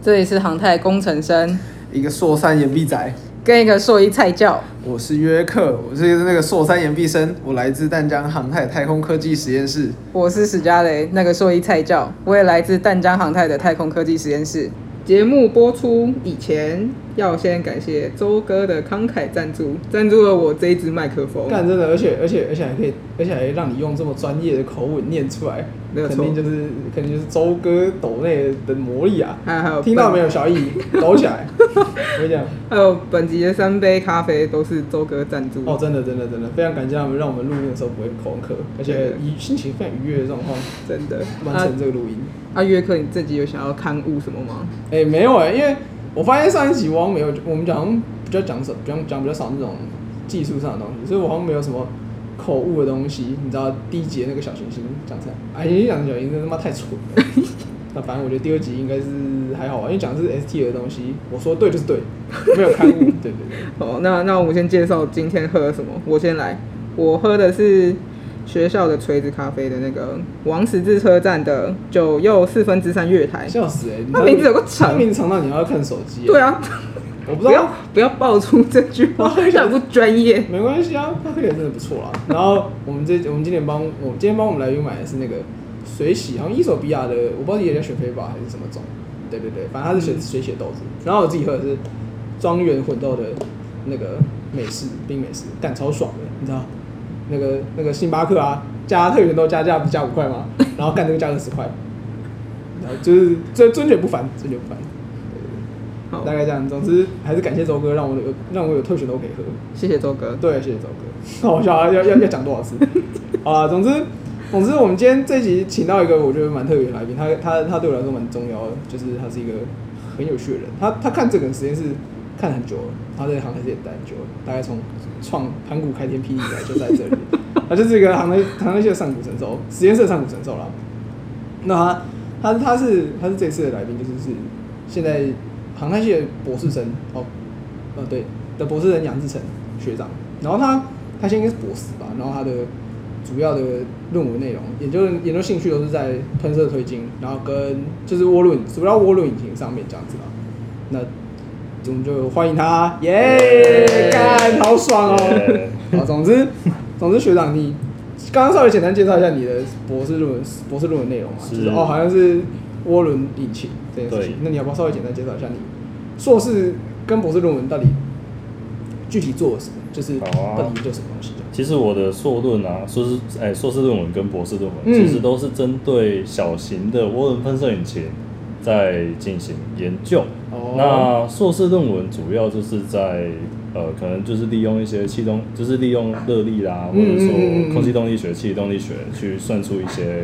这里是航太工程生， 一个硕三岩壁仔， 跟一个硕一菜教。 我是约克，我是那个硕三岩壁生，我来自淡江航太太空科技实验室。 我是史嘉蕾，那个硕一菜教，我也来自淡江航太的太空科技实验室。节目播出以前，要先感谢周哥的慷慨赞助了我这一支麦克风。 干真的，而且还可以，而且还让你用这么专业的口吻念出来，肯定就是周哥抖内的魔力啊！ 还有听到没有，小易抖起来！我跟你讲， 还有本集的3杯咖啡都是周哥赞助。 哦，真的，非常感谢他们，让我们录音的时候不会口渴，而且以心情非常愉悦的状况， 真的完成这个录音。 约克，你这集有想要刊物什么吗？ 没有因为我发现上一集我好像没有，我们好像比较讲比较少那种技术上的东西，所以我好像没有什么口误的东西。你知道第一集那个小行星讲成，讲小行星真他妈太蠢了。那反正我觉得第二集应该是还好吧，因为讲的是 ST 的东西，我说对就是对，没有刊物。对。 好，那我们先介绍今天喝了什么。我先来，我喝的是学校的锤子咖啡的那个王十字车站的9又3/4月台。 笑死他名字有个长， 他名字长到你要看手机。 对啊， 我不知道， 不要爆出这句话，这样不专业。 没关系啊，他这个真的不错啦。然后我们今天帮我们来宾买的是那个水洗，好像伊索比亚的，我不知道也叫雪菲吧还是什么种。对，反正它是水洗豆子。然后我自己喝的是庄园混豆的那个冰美式，干超爽的，你知道？那个星巴克啊，加特元豆加价不加5块吗？然后干这个价20块，然后就是尊爵不凡。好，大概这样。总之还是感谢周哥，让我有特选豆可以喝。 谢谢周哥。 对，谢谢周哥。好笑啊，要讲多少次？好啦，总之，我们今天这一集请到一个我觉得蛮特别的来宾，他对我来说蛮重要的，就是他是一个很有趣的人。他看这个实验室看很久了，他在航太界也待很久了，大概从创盘古开天辟地以来就在这里。他就是一个航太界的上古神兽，实验室的上古神兽啦。那他是这次的来宾，就是现在航太系的博士生对的博士生杨志成学长。然后他现在应该是博士吧，然后他的主要的论文内容研究兴趣都是在喷射推进，然后跟就是主要涡轮引擎上面这样子啦。那我们就欢迎他，耶！干，好爽哦！好，总之学长，你刚刚稍微简单介绍一下你的博士论文内容嘛？就是好像是涡轮引擎这件事情。那你要不要稍微简单介绍一下你硕士跟博士论文到底具体做了什么？就是到底研究什么东西？ 其实我的硕论啊，硕士论文跟博士论文，其实都是针对小型的涡轮喷射引擎在进行研究。那硕士论文主要就是在可能就是利用一些就是利用热力啦，或者说空气动力学、气体动力学去算出一些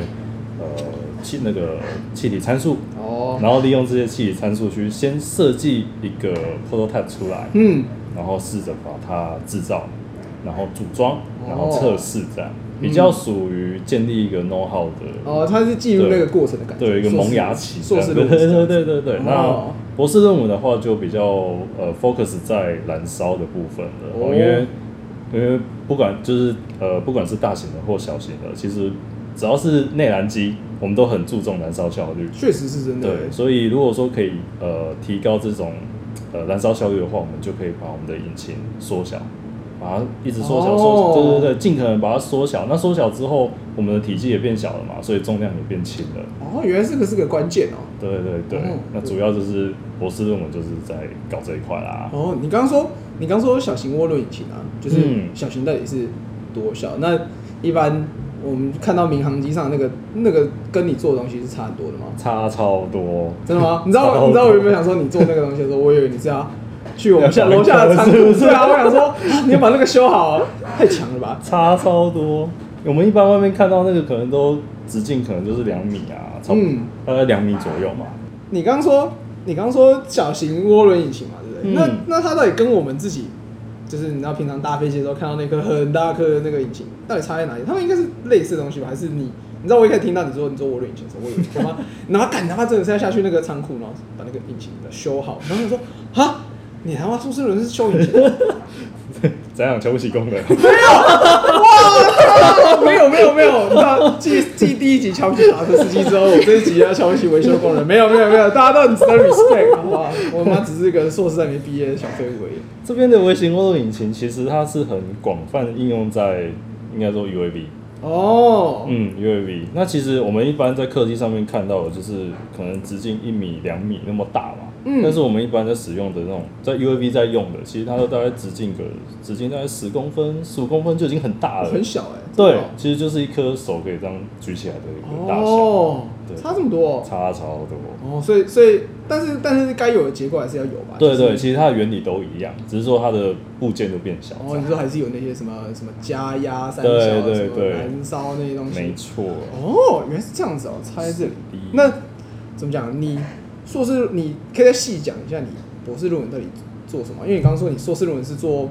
气体参数，然后利用这些气体参数去先设计一个 prototype 出来，然后试着把它制造，然后组装，然后测试，这样比较属于建立一个 know how 的。 它是记录那个过程的感觉。 对，一个萌芽期。 硕士论文。 对。那博士论文的话，就比较focus 在燃烧的部分了，因为不管是大型的或小型的，其实只要是内燃机，我们都很注重燃烧效率。 确实是真的。 对，所以如果说可以提高这种燃烧效率的话，我们就可以把我们的引擎缩小，把它一直缩小，对，尽可能把它缩小。那缩小之后，我们的体积也变小了嘛，所以重量也变轻了。 原来这个是个关键哦。 对，那主要就是博士论文就是在搞这一块啦。 你刚说小型涡轮引擎啊，就是小型到底是多小？那一般我们看到民航机上那个跟你做的东西是差很多的吗？ 差超多。 真的吗？你知道我有没有想说你做那个东西的时候，我以为你是要去我们楼下的仓库，对啊，我想说你要把那个修好，太强了吧？ 差超多。我们一般外面看到那个可能都直径可能就是2米啊，差不多大概2米左右嘛。 你刚说小型涡轮引擎嘛，对不对？那它到底跟我们自己，就是你知道平常搭飞机的时候看到那颗很大颗的那个引擎，到底差在哪里？它们应该是类似的东西吧？还是你知道我一开始听到你做涡轮引擎的时候，我以为他妈真的是要下去那个仓库，然后把那个引擎修好，然后我说哈，你他妈硕士论文是修引擎？ 怎样瞧不起工人？ 没有，哇没有，你知道继第一集瞧不起卡车司机之后，我这一集要瞧不起维修工人，没有，大家都很值得 respect， 好不好？我妈只是个硕士还没毕业的小废物而已。 这边的微型涡轮引擎其实它是很广泛应用在应该说 UAV。UAV。那其实我们一般在客机上面看到的就是可能直径1米、2米那么大嘛。但是我们一般在使用的那种在 UAV 在用的，其实它都大概直径大概10公分、15公分就已经很大了， 很小对，其实就是一颗手可以这样举起来的一个大小。对， 差这么多差超多。 所以，但是该有的结构还是要有吧？ 对，其实它的原理都一样，只是说它的部件就变小。 你说还是有那些什么加压、三角、 对，燃烧那些东西。 没错。 原来是这样子差在这里。那怎么讲？你硕士你可以再细讲一下你博士论文到底做什么？因为你刚刚说你硕士论文是做，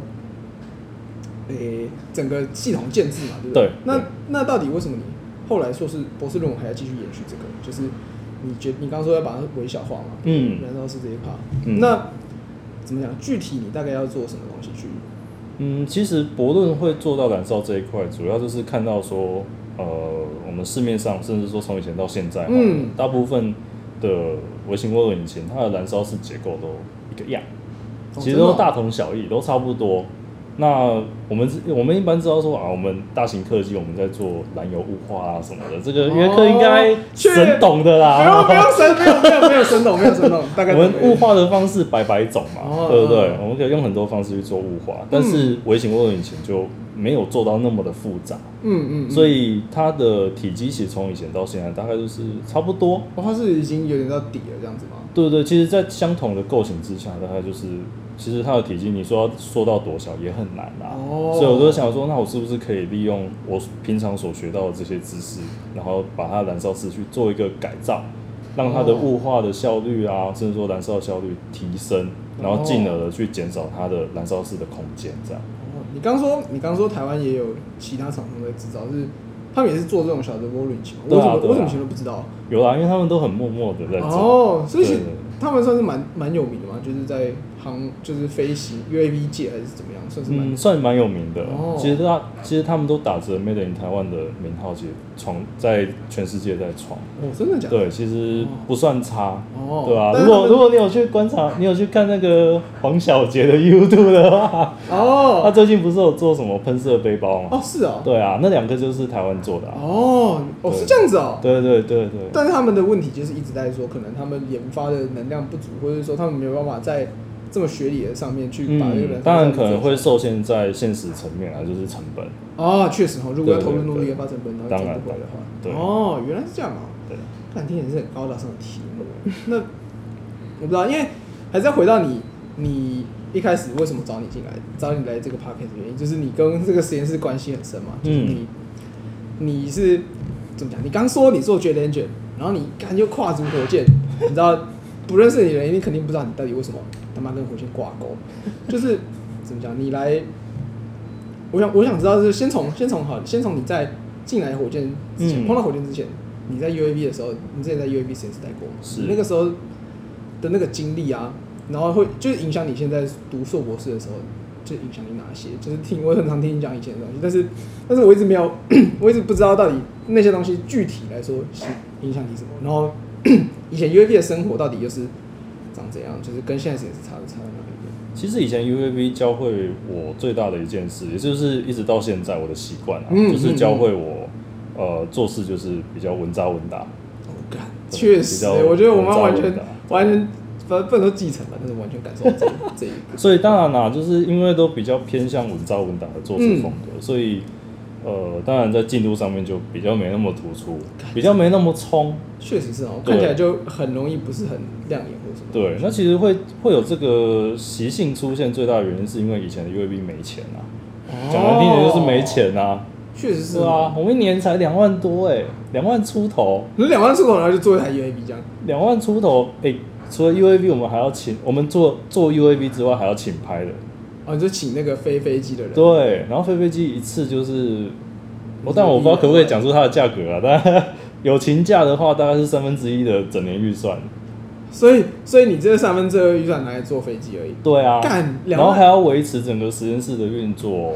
整个系统建制嘛，对不对？ 对。 那到底为什么你后来博士论文还要继续延续这个？就是你刚刚说要把它微小化嘛，燃烧室这一趴。那怎么讲？具体你大概要做什么东西去？ 其实博论会做到燃烧这一块，主要就是看到说，我们市面上甚至说从以前到现在，大部分的微型涡轮引擎，它的燃烧室结构都一个样，其实都大同小异，都差不多。那我们一般知道说我们大型客机我们在做燃油雾化啊什么的，这个约克应该神懂的啦。 没有神懂，大概我们雾化的方式百种嘛，对不对？我们可以用很多方式去做雾化，但是微型涡轮引擎就没有做到那么的复杂。所以它的体积其实从以前到现在大概就是差不多。 它是已经有点到底了这样子吗？ 对，其实，在相同的构型之下，大概就是。其实它的体积，你说要缩到多小也很难啦。所以我就想说，那我是不是可以利用我平常所学到的这些知识，然后把它燃烧室去做一个改造，让它的雾化的效率啊，甚至说燃烧效率提升，然后进而的去减少它的燃烧室的空间，这样。 你刚说台湾也有其他厂商在制造，是他们也是做这种小的涡轮引擎。我怎么以前都不知道？ 有啦，因为他们都很默默的在做。 所以他们算是蛮有名的嘛，就是在就是飞行 UAV 界还是怎么样， 算蛮有名的。其实他们都打着 Made in Taiwan 的名号，其实在全世界在闯。 真的假的？ 对，其实不算差。对啊，如果你有去观察，你有去看那个黄小杰的 YouTube 的话，他最近不是有做什么喷射背包吗？ 是啊。 对啊，那2个就是台湾做的。 是这样子哦。 对。 但是他们的问题就是一直在说，可能他们研发的能量不足，或者说他们没有办法在这么学理的上面去把这个人， 当然可能会受限在现实层面啊，就是成本。 确实如果要投入那么多研发成本，然后赚不回来的话， 对。 原来是这样啊。 对。 看听起来是很高大上的题目。那我不知道，因为还是要回到你一开始为什么找你来这个 podcast 的原因，就是你跟这个实验室关系很深嘛，就是你是怎么讲？你刚说你做 Jet Engine， 然后你感觉跨足火箭，你知道不认识你的人，你肯定不知道你到底为什么他妈跟火箭挂钩。就是怎么讲？你来，我想知道是先从你在进来火箭之前，碰到火箭之前，你在 UAV 的时候，你之前在 UAV 实验室待过吗？ 是。 你那个时候的那个经历啊，然后会就是影响你现在读硕博士的时候，就影响你哪些？就是我很常听你讲以前的东西，但是我一直没有，我一直不知道到底那些东西具体来说是影响你什么。然后以前 UAV 的生活到底又是长怎样？就是跟现在实验室差在哪里？ 其实以前 UAV 教会我最大的一件事，也就是一直到现在我的习惯就是教会我做事就是比较稳扎稳打。 确实，我觉得我们完全不能说继承吧，但是完全感受到这一个。 所以当然啦，就是因为都比较偏向稳扎稳打的做事风格，所以当然在进度上面就比较没那么突出，比较没那么冲。 确实是看起来就很容易不是很亮眼或什么。 对，那其实会有这个习性出现，最大的原因是因为以前的 UAV 没钱啊，讲难听点就是没钱啊。 确实是啊，我们一年才2万多2万出头。 可是2万出头，然后就做一台 UAV 这样。 2万出头，除了 UAV 我们还要请，我们做 UAV 之外还要请拍的。 你就请那个飞机的人。 对，然后飞机一次就是，但我不知道可不可以讲出它的价格啊。当然，友情价的话大概是1/3的整年预算。 所以你这2/3预算拿来坐飞机而已。 对啊。然后还要维持整个实验室的运作。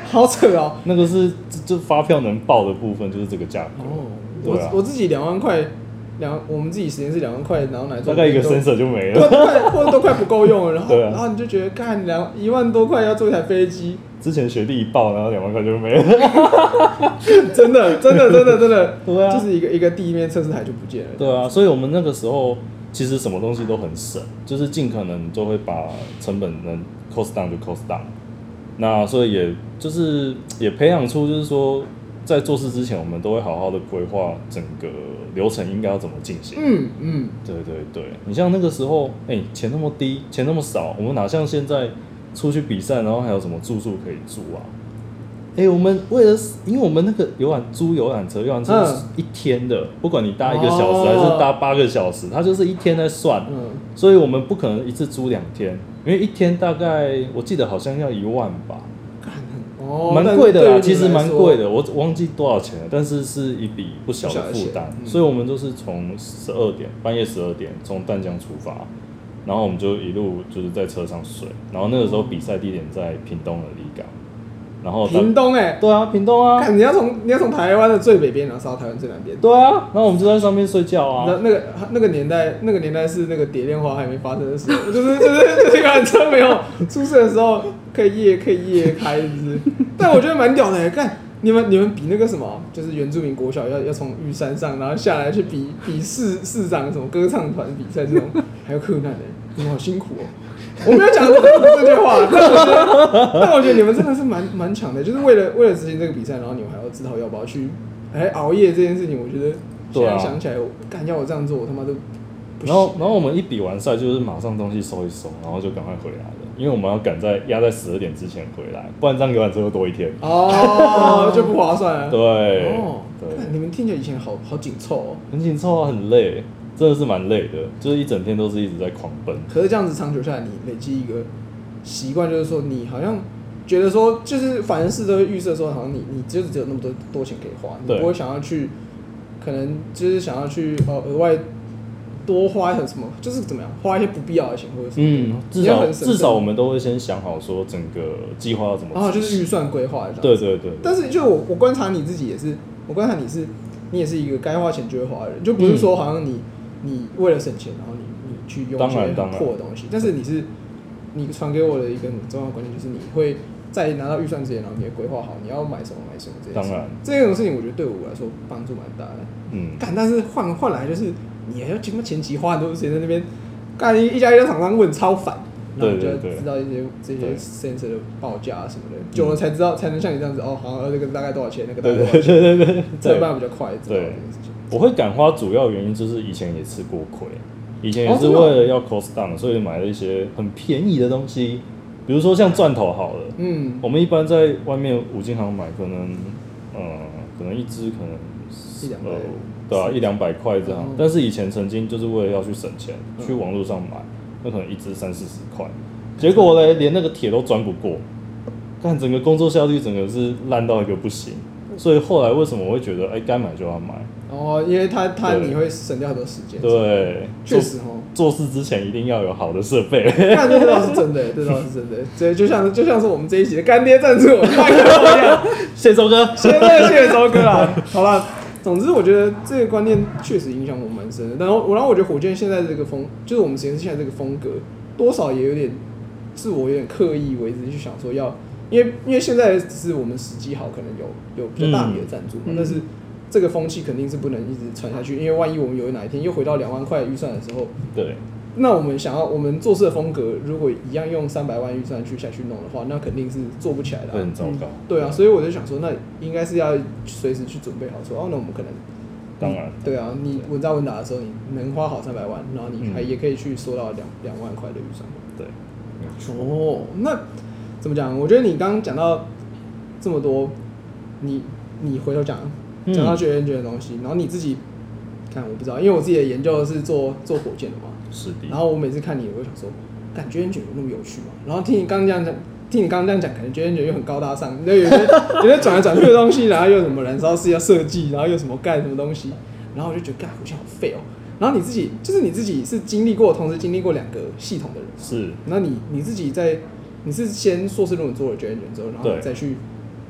好扯哦。 那个是就发票能报的部分就是这个价格。 哦，我自己2万块，我们自己实验室2万块，然后来做大概一个 sensor 就没了， 或者都快不够用了，然后啊， 你就觉得干1万多块要做一台飞机。 之前学弟一报，然后2万块就没了， 真的， 对啊， 就是一个地面测试台就不见了。 对啊，所以我们那个时候其实什么东西都很省，就是尽可能就会把成本能 cost down 就 cost down。那所以也培养出就是说，在做事之前，我们都会好好的规划整个流程应该要怎么进行。对，你像那个时候，钱那么低，钱那么少，我们哪像现在出去比赛，然后还有什么住宿可以住啊？我们因为我们那个租游览车是一天的，不管你搭1个小时还是搭8个小时，它就是一天在算，所以我们不可能一次租2天，因为一天大概我记得好像要1万吧，蛮贵的啦，其实蛮贵的，我忘记多少钱了，但是是一笔不小的负担，所以我们都是从半夜12点从淡江出发，然后我们就一路就是在车上睡，然后那个时候比赛地点在屏东的离港。然后屏东对啊，屏东啊， 你要从台湾的最北边，然后烧到台湾最南边。 对啊，然后我们就在上面睡觉啊。 那个年代是那个蝶恋花还没发生的时候，就是游览车没有出事的时候，可以夜开，是不是？但我觉得蛮屌的，看你们比那个什么，就是原住民国小要从玉山上，然后下来去比市长什么歌唱团比赛这种，还有困难的，你们好辛苦哦。我没有讲过这句话，但我觉得你们真的是蛮强的，就是为了执行这个比赛，然后你们还要知道要不要去熬夜这件事情，我觉得现在想起来，要我这样做，我他妈都不行。 然后我们一比完赛，就是马上东西收一收，然后就赶快回来了，因为我们要赶在压在12点之前回来，不然这样游览车又多一天就不划算了。 对， 你们听起来以前好紧凑哦， 很紧凑啊，很累。真的是蛮累的，就是一整天都是一直在狂奔。 可是这样子长久下来，你累积一个习惯，就是说你好像觉得说，就是凡事都会预设说，好像你就是只有那么多钱可以花，你不会想要去，可能就是想要去额外多花什么，就是怎么样花一些不必要的钱或者什么。 至少我们都会先想好说整个计划要怎么。 然后就是预算规划。 对。 但是就我观察你自己也是，你也是一个该花钱就会花的人，就不是说好像你为了省钱，然后你去用一些很破的东西。但是你传给我的一个很重要的观念，就是你会在拿到预算之前，然后你会规划好你要买什么这件事。当然，这种事情我觉得对我来说帮助蛮大的。但是换来就是你还要经过前期花很多时间在那边，一家厂商问超烦。然后你就知道这些 sensor 的报价什么的，久了才知道，才能像你这样子好像这个大概多少钱，那个大概多少钱，对，这样办法比较快。对， 我会敢花主要原因就是以前也吃过亏，以前也是为了要 cost down， 所以买了一些很便宜的东西，比如说像钻头好了，我们一般在外面五金行买，可能一支可能对啊100-200块这样，但是以前曾经就是为了要去省钱，去网络上买。那可能一支30-40块，结果嘞连那个铁都钻不过，但整个工作效率整个是烂到一个不行，所以后来为什么我会觉得该买就要买？ 因为你会省掉很多时间。 对， 确实做事之前一定要有好的设备。 这倒是真的，这就像是我们这一集的干爹赞助我们麦克风一样。 谢谢周哥， 谢谢周哥啦。好了。总之，我觉得这个观念确实影响我蛮深的。然后我觉得火箭现在这个就是我们实验室现在这个风格，多少也有点自我有点刻意为之去想说要，因为现在只是我们时机好，可能有比较大笔的赞助嘛，但是这个风气肯定是不能一直传下去，因为万一我们有哪一天又回到2万块预算的时候，对。那我们做事的风格，如果一样用300万预算下去弄的话，那肯定是做不起来的， 会很糟糕。 对啊，所以我就想说，那应该是要随时去准备好说，那我们可能， 当然， 对啊，你稳扎稳打的时候，你能花好300万，然后你也可以去缩到2万块的预算。 对， 那怎么讲？我觉得你刚刚讲到这么多，你回头讲到绝缘的东西，然后你自己看，我不知道，因为我自己的研究是做火箭的嘛。 是的。 然后我每次看你，我就想说，感觉卷有那么有趣吗？然后听你刚刚这样讲，感觉卷又很高大上，有些转来转去的东西，然后又什么燃烧室要设计，然后又什么盖什么东西，然后我就觉得干好像好废哦。然后你自己是同时经历过2个系统的人， 是。 那你自己你是先硕士论文做了卷之后，然后再去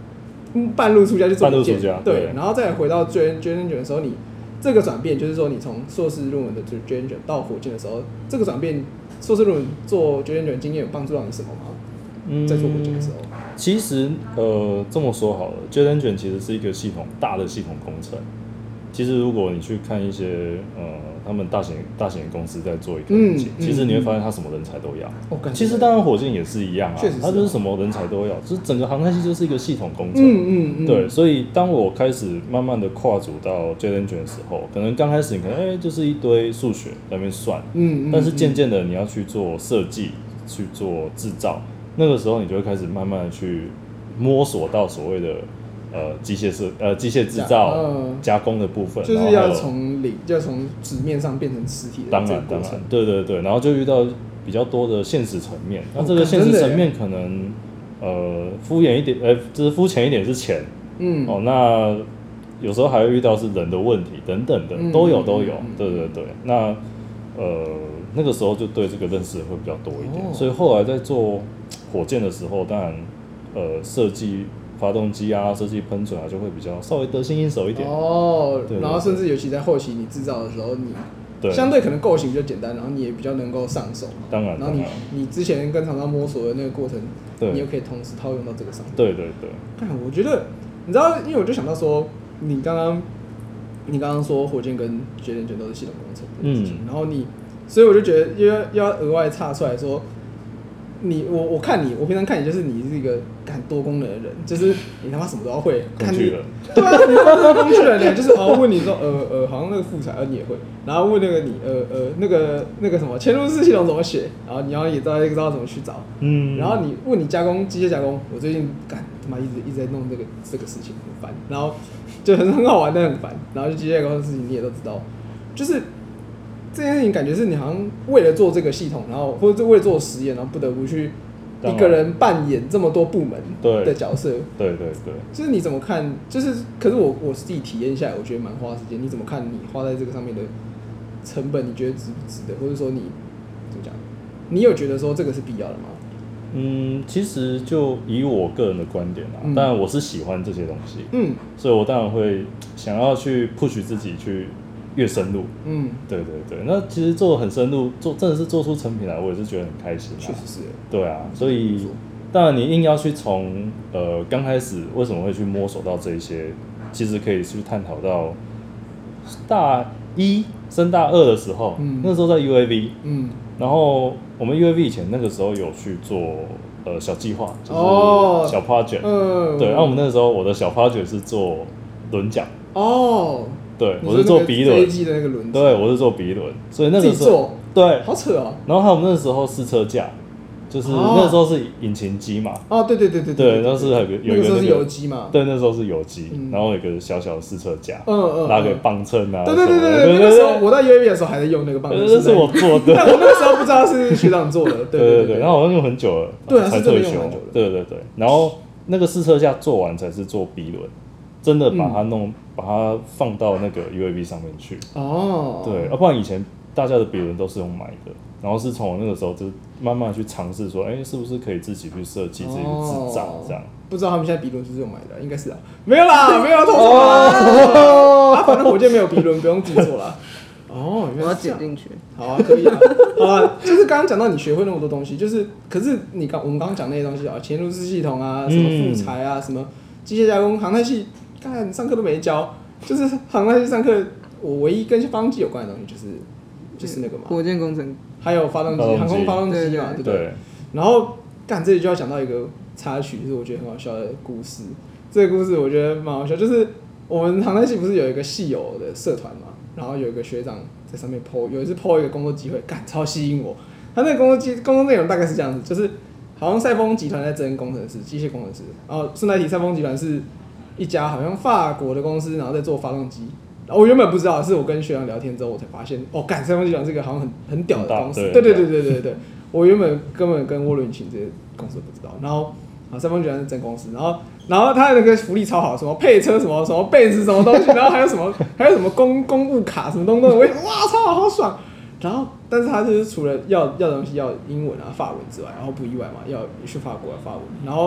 半路出家去做半路出家， 对，然后再回到 Jet Engine 的时候，你这个转变就是说，你从硕士论文的 Jet Engine 到火箭的时候，这个转变，硕士论文做 Jet Engine 的经验有帮助到你什么吗？在做火箭的时候， 其实这么说好了 ，Jet Engine 其实是一个大的系统工程。其实如果你去看一些他们大型公司在做一个事情，其实你会发现他什么人才都要。其实当然火箭也是一样啊，它就是什么人才都要，就是整个航太系就是一个系统工程。对，所以当我开始慢慢的跨足到 Jet Engine 的时候，可能刚开始你可能就是一堆数学在那边算，但是渐渐的你要去做设计，去做制造，那个时候你就会开始慢慢的去摸索到所谓的机械制造加工的部分， 就是要从纸面上变成实体的。当然， 对，然后就遇到比较多的现实层面。那这个现实层面可能敷衍一点，就是肤浅一点是钱，那有时候还会遇到是人的问题等等的，都有，对。那那个时候就对这个认识会比较多一点，所以后来在做火箭的时候，当然设计发动机啊，设计喷嘴啊，就会比较稍微得心应手一点。 对，然后甚至尤其在后期你制造的时候，你相对可能构型比较简单，然后你也比较能够上手。 当然， 然后你之前跟厂商摸索的那个过程，你又可以同时套用到这个上面。 对。 看，我觉得你知道，因为我就想到说，你刚刚说火箭跟Jet Engine都是系统工程，然后所以我就觉得要额外岔出来说。我看你，我平常看你就是你是一个很多功能的人，就是你他妈什么都要会。 工具人。 对啊，你是工具人呢，就是问你说好像那个副材你也会，然后问那个你那个什么前入式系统怎么写，然后你要也知道怎么去找，然后你问你机械加工，我最近他妈一直在弄这个事情很烦，然后就很好玩但很烦，然后就机械加工的事情你也都知道，就是。这件事情感觉是你好像为了做这个系统，然后或者为了做实验，然后不得不去一个人扮演这么多部门的角色。 对。 就是你怎么看？可是我自己体验下来，我觉得蛮花时间。你怎么看？你花在这个上面的成本，你觉得值不值得？或者说你怎么讲？你有觉得说这个是必要的吗？ 其实就以我个人的观点啦，当然我是喜欢这些东西，所以我当然会想要去 push 自己去。越深入，对，那其实做得很深入，真的是做出成品来，我也是觉得很开心。 确实是， 对啊，所以当然你硬要去从刚开始为什么会去摸索到这一些，其实可以去探讨到大一升大二的时候，那时候在 UAV，然后我们 UAV 以前那个时候有去做小计划，就是小 project，对，然后我们那个时候我的小 project 是做轮桨，对，我是做鼻轮， 飞机的那个轮子。 对，我是做鼻轮，所以那个时候自己做， 对， 好扯哦。 然后还有那时候试车架，就是那时候是引擎机嘛。 对， 那是有一个那个时候是油机嘛。 对，那时候是油机，然后有个小小的试车架，拉个磅秤啊。 对，那个时候我在 UAV 的时候还在用那个磅秤， 那是我做的， 但我那个时候不知道是学长做的。对， 然后好像用很久了，才退休。对，然后那个试车架做完才是做鼻轮。真的把它放到那个 UAV 上面去。对，要不然以前大家的鼻轮都是用买的，然后是从我那个时候就慢慢去尝试说，是不是可以自己去设计、自己去制造这样。 不知道他们现在鼻轮是不是用买的？应该是啊，没有啦，没有偷错啦。反正火箭没有鼻轮，不用自己做啦。 我要剪进去。 好啊，可以啊。好啊，就是刚刚讲到你学会那么多东西，可是我们刚刚讲那些东西啊，前入式系统啊，什么副材啊，什么机械加工、航太系。看上课都没教，就是航太系上课，我唯一跟发动机有关的东西就是那个嘛， 火箭工程， 还有发动机，航空发动机嘛，对不对？然后这里就要讲到一个插曲，就是我觉得很好笑的故事。这个故事我觉得蛮好笑，就是我们航太系不是有一个系友的社团嘛，然后有一个学长在上面 po， 有一次 po 一个工作机会，超吸引我。他那个工作内容大概是这样子，就是好像赛丰集团在征工程师、机械工程师，然后顺带提赛丰集团是一家好像法国的公司，然后在做发动机。我原本不知道，是我跟学长聊天之后，我才发现，赛丰集团是个好像很屌的公司。对，我原本根本跟涡轮引擎这些公司不知道。然后赛丰集团是真公司，然后他的那个福利超好，什么配车什么被子什么东西，然后还有什么公务卡什么东西，我哇超好，好爽。然后，但是他就是除了要的东西要英文啊、法文之外，然后不意外嘛，要去法国法文，然后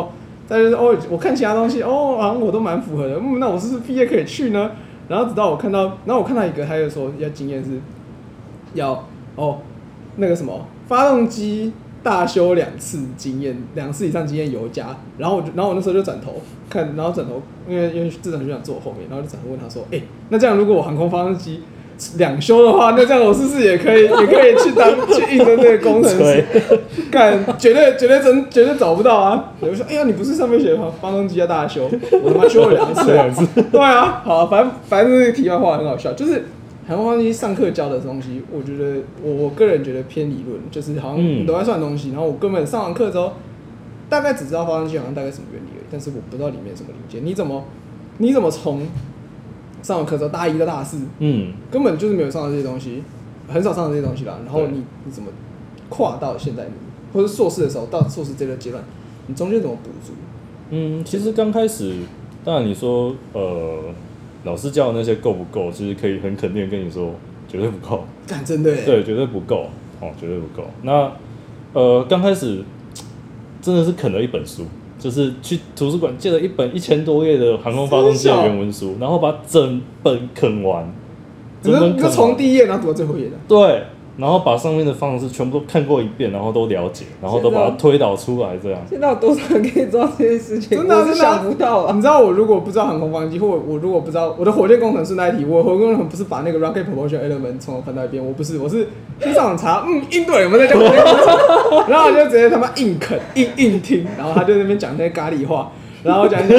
但是我看其他东西好像我都蛮符合的，那我是不是毕业可以去呢？然后直到我看到一个，他就说要经验是要那个什么发动机大修2次经验，2次以上经验油加，然后我那时候就转头看，然后转头因为自长学长坐我后面，然后就转头问他说，那这样如果我航空发动机2修的话，那这样我是不是也可以去应征这个工程师？干，绝对找不到啊！我就说，你不是上面写发动机要大修，我他妈修了2次，对啊，好，反正这个题外话很好笑，就是航空发动机上课教的东西，我觉得我个人觉得偏理论，就是好像你都在算东西，然后我根本上完课之后，大概只知道发动机好像大概什么原理而已，但是我不知道里面什么零件，你怎么从上完课之后大1到大4，根本就是没有上到这些东西，很少上到这些东西啦。然后你怎么跨到现在或者硕士的时候到硕士这个阶段，你中间怎么补足？ 其实刚开始，当然你说老师教的那些够不够？其实可以很肯定的跟你说，绝对不够。 干，真的耶。 对，绝对不够，绝对不够。那刚开始真的是啃了一本书。就是去图书馆借了一本1000多页的航空发动机的原文书，然后把整本啃完。 你就从第1页然后读到最后一页的。 对，然后把上面的方程式全部都看过一遍，然后都了解，然后都把它推导出来，这样。 现在有多少人可以做到这件事情？ 真的是想不到啊！ 你知道我如果不知道航空发动机，或我如果不知道我的火箭工程是那一题，我火箭工程不是把那个 rocket propulsion element 从头翻到一遍，我是去上网查，印度人有没有在讲火箭工程，然后我就直接他妈硬啃硬听，然后他就在那边讲那些咖喱话。然后讲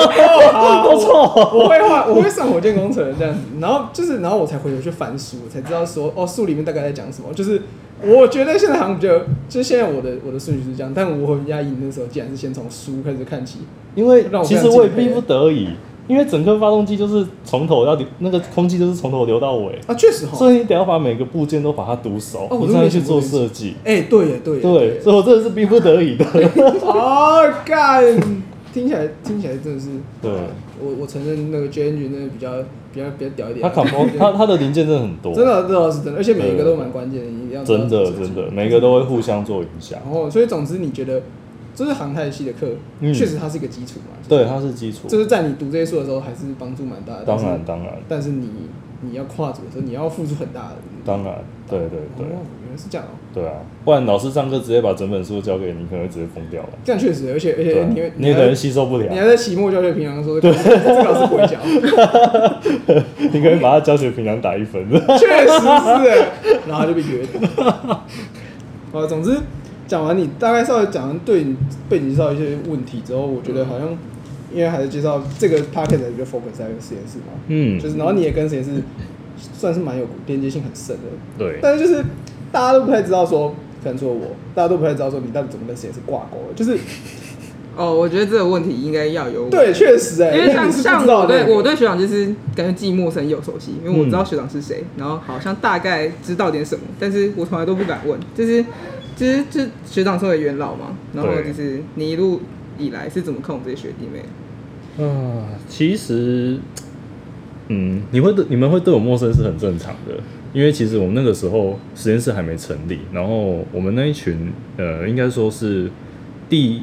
我会上火箭工程这样子，然后我才回头去翻书，才知道说书里面大概在讲什么。就是我觉得现在好像就现在我的顺序是这样，但我很压抑那时候，既然是先从书开始看起， 因为其实我也逼不得已。因为整颗发动机就是从头要那个空气就是从头流到尾啊，确实所以你得要把每个部件都把它读熟，你才能去做设计。 对耶， 所以我真的是逼不得已的。 干！听起来真的是， 对， 我承认那个 J Engine 真的比较屌一点。 它的零件真的很多， 真的是真的，而且每一个都蛮关键的，你一定要真的，每个都会互相做影响。 然后，所以总之你觉得，这是航太系的课，确实它是一个基础嘛？ 对，它是基础。 就是在你读这些书的时候，还是帮助蛮大的。 当然。 但是你要跨组的时候，你要付出很大的。 当然，对。 原来是这样对啊，不然老师上课直接把整本书交给你，可能会直接疯掉了。 这样确实，而且你可能吸收不了。 你还在期末教学评量说，这个老师不会教。 你可以把他教学评量打1分。 确实是，然后他就被约谈。总之讲完你大概稍微讲完对你背景介绍一些问题之后，我觉得好像因为还是介绍这个 podcast 就 focus 在实验室嘛，就是然后你也跟实验室算是蛮有连接性很深的， 对， 但是就是大家都不太知道说，可能说大家都不太知道说你到底怎么跟实验室挂钩的，就是我觉得这个问题应该要有我。 对，确实因为像我对学长就是感觉既陌生又熟悉，因为我知道学长是谁，然后好像大概知道点什么，但是我从来都不敢问，就是学长身为元老嘛，然后就是你一路以来是怎么看我们这些学弟妹？ 其实，你们会对我陌生是很正常的，因为其实我们那个时候实验室还没成立，然后我们那一群应该说是第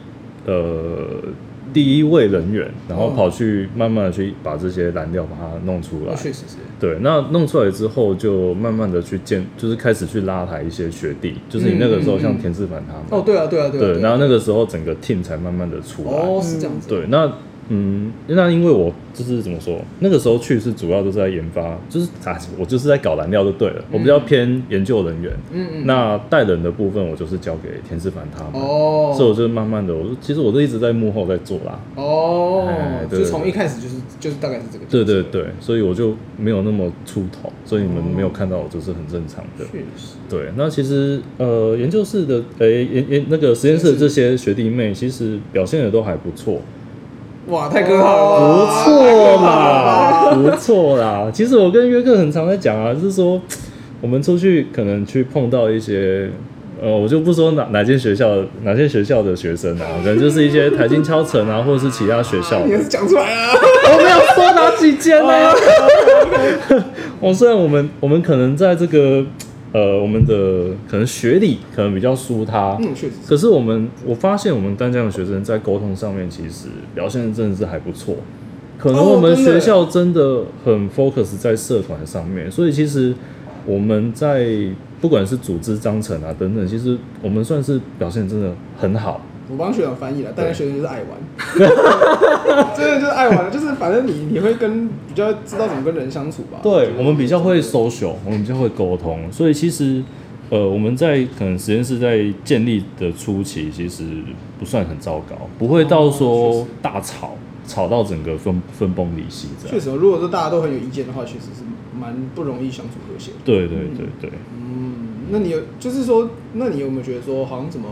一位人员，然后跑去慢慢的去把这些燃料把它弄出来。 确实是。 对，那弄出来之后，就慢慢的去就是开始去拉抬一些学弟，就是你那个时候像田志凡他们。 对啊。 对，然后那个时候整个 team 才慢慢的出来。 是这样子。 对，那因为我就是怎么说，那个时候去是主要都是在研发，就是我就是在搞燃料就对了，我比较偏研究人员。那带人的部分我就是交给田志凡他们。所以我就慢慢的，其实我都一直在幕后在做啦。 就从一开始就是大概是这个。 对，所以我就没有那么出头，所以你们没有看到我就是很正常的。 确实。对， 那其实研究室的那个实验室的这些学弟妹，其实表现的都还不错。 哇，太可好了， 不错啦。其实我跟约克很常在讲啊，就是说我们出去可能去碰到一些，我就不说哪间学校的学生啊，可能就是一些台清交成啊，或者是其他学校的。 你也是讲出来啊， 我没有说哪几间呢。 虽然我们可能在这个我们的可能学理可能比较输他， 确实。 可是我发现我们淡江的学生在沟通上面其实表现的真的是还不错。可能我们学校真的很 focus 在社团上面，所以其实我们在不管是组织章程啊等等，其实我们算是表现真的很好。 我帮学长翻译了，但是学生就是爱玩，真的就是爱玩，就是反正你会比较知道怎么跟人相处吧。 对，我们比较会 social， 我们比较会沟通，所以其实我们在可能实验室在建立的初期，其实不算很糟糕，不会到说大吵到整个分崩离析这样。 确实，如果说大家都很有意见的话，确实是蛮不容易相处和谐的。 对。 那你就是说，那你有没有觉得说，好像怎么？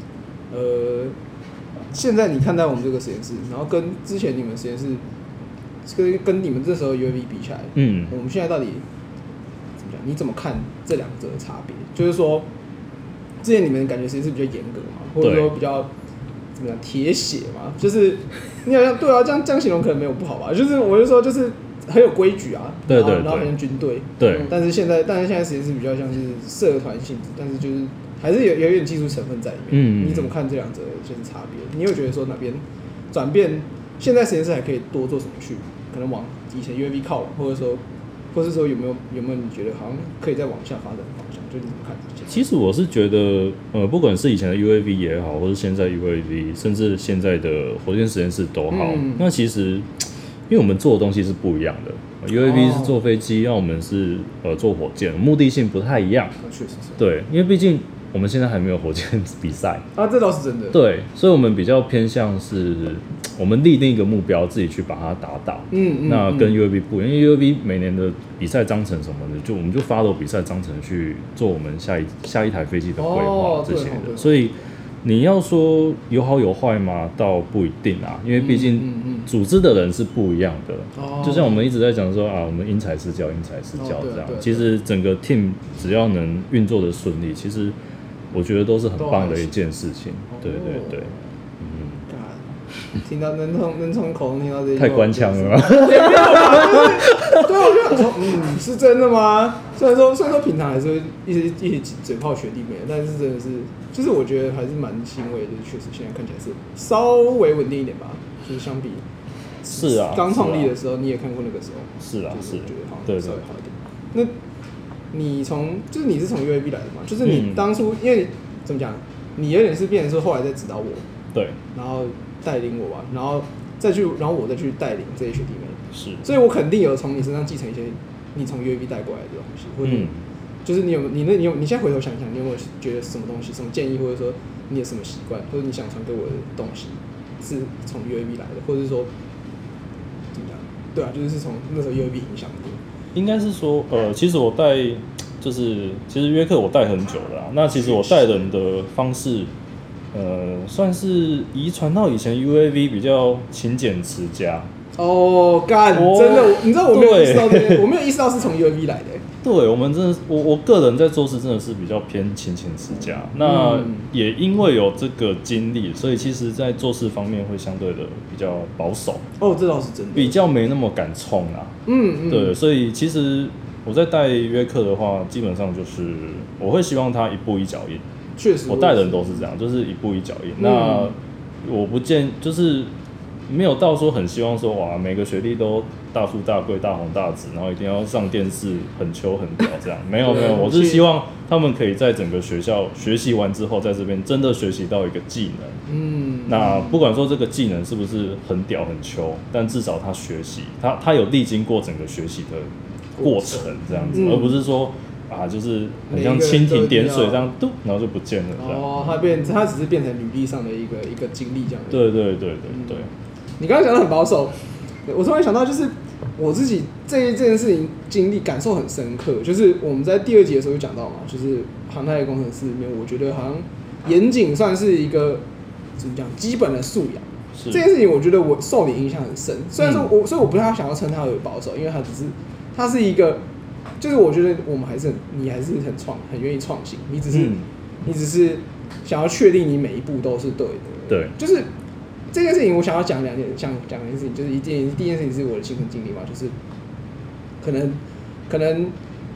现在你看待我们这个实验室，然后跟之前你们实验室，跟你们这时候 UAV 比起来，我们现在到底怎么讲？你怎么看这两者的差别？就是说，之前你们感觉实验室比较严格嘛，或者说比较怎么讲铁血嘛？就是你好像对啊，这样形容可能没有不好吧？就是我就说，就是很有规矩啊，然后很像军队， 对。 但是现在实验室比较像是社团性质，但是就是。还是有点技术成分在里面。你怎么看这两者就是差别？你有觉得说哪边转变？现在实验室还可以多做什么去？可能往以前 UAV 靠拢，或是说有没有你觉得好像可以再往下发展的方向？就你怎么看这些？ 其实我是觉得，不管是以前的 UAV 也好，或是现在 UAV， 甚至现在的火箭实验室都好，那其实因为我们做的东西是不一样的。UAV 是坐飞机，那我们是做火箭，目的性不太一样。 确实是。对， 因为毕竟我们现在还没有火箭比赛啊，这倒是真的。 对，所以我们比较偏向是我们立定一个目标，自己去把它达到。那跟 UAV 不一样，因为 UAV 每年的比赛章程什么的，我们就 follow 比赛章程去做我们下一台飞机的规划这些的。所以你要说有好有坏吗？倒不一定啊，因为毕竟组织的人是不一样的。就像我们一直在讲说啊，我们因材施教这样。其实整个 team 只要能运作的顺利，其实我觉得都是很棒的一件事情。对。 听到能从口中听到这些， 太官腔了吧？ 也没有吧，对，我就想说，是真的吗？虽然说平常还是会一起嘴炮学弟妹，但是真的是，就是我觉得还是蛮欣慰的，就是确实现在看起来是稍微稳定一点吧，就是相比是啊， 刚创立的时候，你也看过那个时候， 是啊， 是觉得好像稍微好一点。那你是从 UAV 来的嘛？就是你当初因为怎么讲，你有点是变成说后来在指导我， 对， 然后带领我吧，然后我再去带领这些学弟妹， 是， 所以我肯定有从你身上继承一些你从 UAV 带过来的东西，或者就是你现在回头想想，你有没有觉得什么东西、什么建议，或者说你有什么习惯，或者你想传给我的东西是从 UAV 来的，或者是说怎么样？对啊，就是从那时候 UAV 影响你。 应该是说，其实我带其实约克我带很久了啦。那其实我带人的方式。算是遗传到以前 UAV 比较勤俭持家。 干，真的，你知道我没有意识到我没有意识到是从 UAV 来的。 对，我们真的，我个人在做事真的是比较偏勤俭持家。那也因为有这个经历，所以其实在做事方面会相对的比较保守。 这倒是真的。 比较没那么敢冲啊。对，所以其实我在带约克的话，基本上就是我会希望他一步一脚印。 确实， 我带人都是这样，就是一步一脚印。那我不就是没有到说很希望说哇，每个学弟都大富大贵、大红大紫，然后一定要上电视很秋很屌这样。没有，我是希望他们可以在整个学校学习完之后，在这边真的学习到一个技能。那不管说这个技能是不是很屌很秋，但至少他学习，他有历经过整个学习的过程这样子，而不是说。就是很像蜻蜓点水这样，嘟，然后就不见了这样。 它只是变成履历上的一个经历这样。 对。 你刚刚讲的很保守，我突然想到，就是我自己这件事情经历感受很深刻。就是我们在第2集的时候有讲到嘛，就是航太工程师里面，我觉得好像严谨算是一个怎么讲基本的素养。这件事情我觉得我受你影响很深。虽然说所以我不太想要称它为保守，因为它是一个。就是我觉得你还是很愿意创新，你只是想要确定你每一步都是对的。 对， 就是这件事情，我想要讲两件事情，就是第一件事情是我的亲身经历嘛，就是可能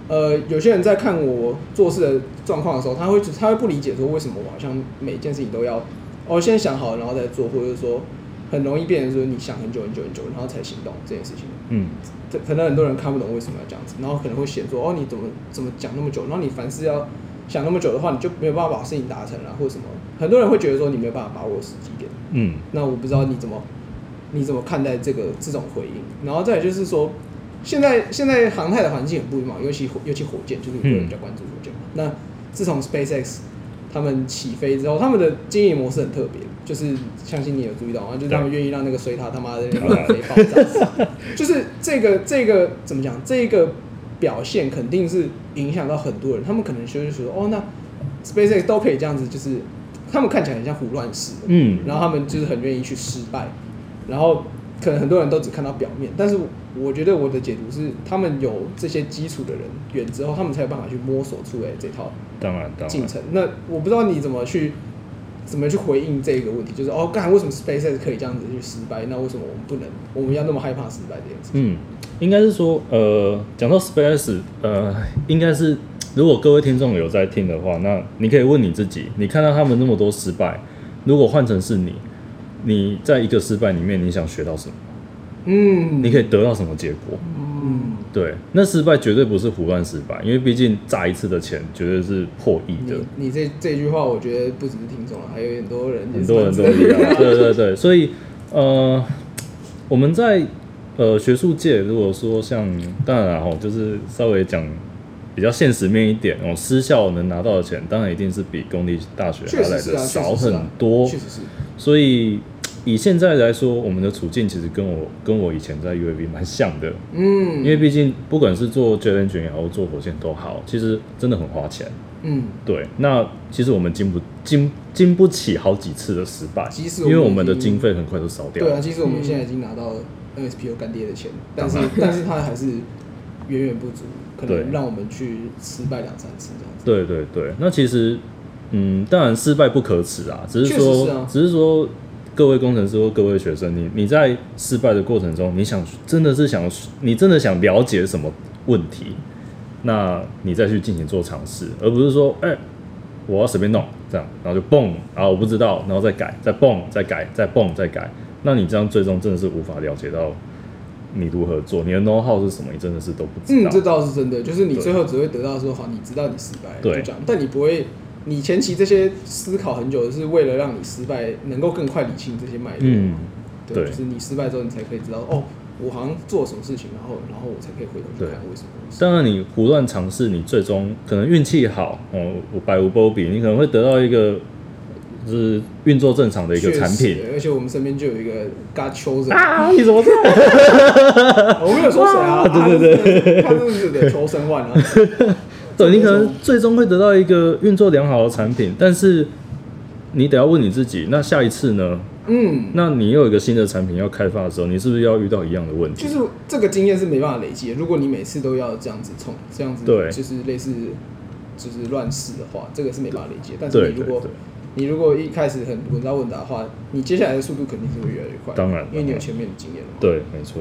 有些人在看我做事的状况的时候，他会不理解说为什么我好像每件事情都要先想好然后再做，或者说很容易变成说你想很久很久很久然后才行动这件事情。可能很多人看不懂为什么要这样子，然后可能会嫌说你怎么讲那么久，然后你凡事要想那么久的话，你就没有办法把事情达成啦，或者什么。很多人会觉得说你没有办法把握时机点。那我不知道你怎么看待这种回应。然后再来就是说，现在航太的环境很不一样，尤其火箭，就是很多人比较关注火箭嘛。那自从 SpaceX 他们起飞之后，他们的经营模式很特别，就是相信你有注意到吗？就是他们愿意让那个水塔他妈的乱飞爆炸，就是这个怎么讲？这个表现肯定是影响到很多人，他们可能就是说那 SpaceX 都可以这样子，就是他们看起来很像胡乱式的，然后他们就是很愿意去失败，然后可能很多人都只看到表面，但是我觉得我的解读是，他们有这些基础的人员之后，他们才有办法去摸索出来这套进程。那我不知道你怎么去回应这个问题，就是为什么 SpaceX 可以这样子去失败，那为什么我们不能？我们要那么害怕失败这件事情？ 应该是说，讲到 SpaceX，应该是如果各位听众有在听的话，那你可以问你自己，你看到他们那么多失败，如果换成是你在一个失败里面，你想学到什么？你可以得到什么结果？对，那失败绝对不是胡乱失败，因为毕竟砸一次的钱绝对是破亿的。 你这句话，我觉得不只是听众了，还有很多人都一样。对，所以我们在学术界，如果说像当然啦，就是稍微讲比较现实面一点，私校能拿到的钱，当然一定是比公立大学还来的少很多。 确实是。 所以以现在来说，我们的处境其实跟我以前在 UAV 蛮像的。因为毕竟不管是做 Jet Engine 也好，做火箭都好，其实真的很花钱。对。那其实我们经不起好几次的失败，因为我们的经费很快就烧掉了。 对啊，其实我们现在已经拿到了 NSPO 干爹的钱，但是它还是远远不足，可能让我们去失败2-3次这样子。 对。那其实当然失败不可耻啊，只是说各位工程师或各位学生，你在失败的过程中，你真的想了解什么问题，那你再去进行做尝试，而不是说我要随便弄这样，然后就蹦我不知道，然后再改，再蹦再改，再蹦再改，那你这样最终真的是无法了解到你如何做，你的 know how 是什么，你真的是都不知道。 这倒是真的，就是你最后只会得到说好，你知道你失败了，就这样，但你不会。你前期这些思考很久，是为了让你失败能够更快理清这些脉络。对，就是你失败之后，你才可以知道我好像做了什么事情，然后我才可以回头去看为什么。 当然，你胡乱尝试，你最终可能运气好我百无波比，你可能会得到一个就是运作正常的一个产品。 而且我们身边就有一个 God chosen 你怎么知道？ 我没有说谁啊，对，他是的求生万啊。 对，你可能最终会得到一个运作良好的产品，但是你得要问你自己，那下一次呢？那你又有一个新的产品要开发的时候，你是不是要遇到一样的问题？就是这个经验是没办法累积的。如果你每次都要这样子冲，这样子就是类似就是乱试的话，这个是没办法累积的。但是你如果一开始很稳扎稳打的话，你接下来的速度肯定是会越来越快。 当然， 因为你有前面的经验了。 对，没错。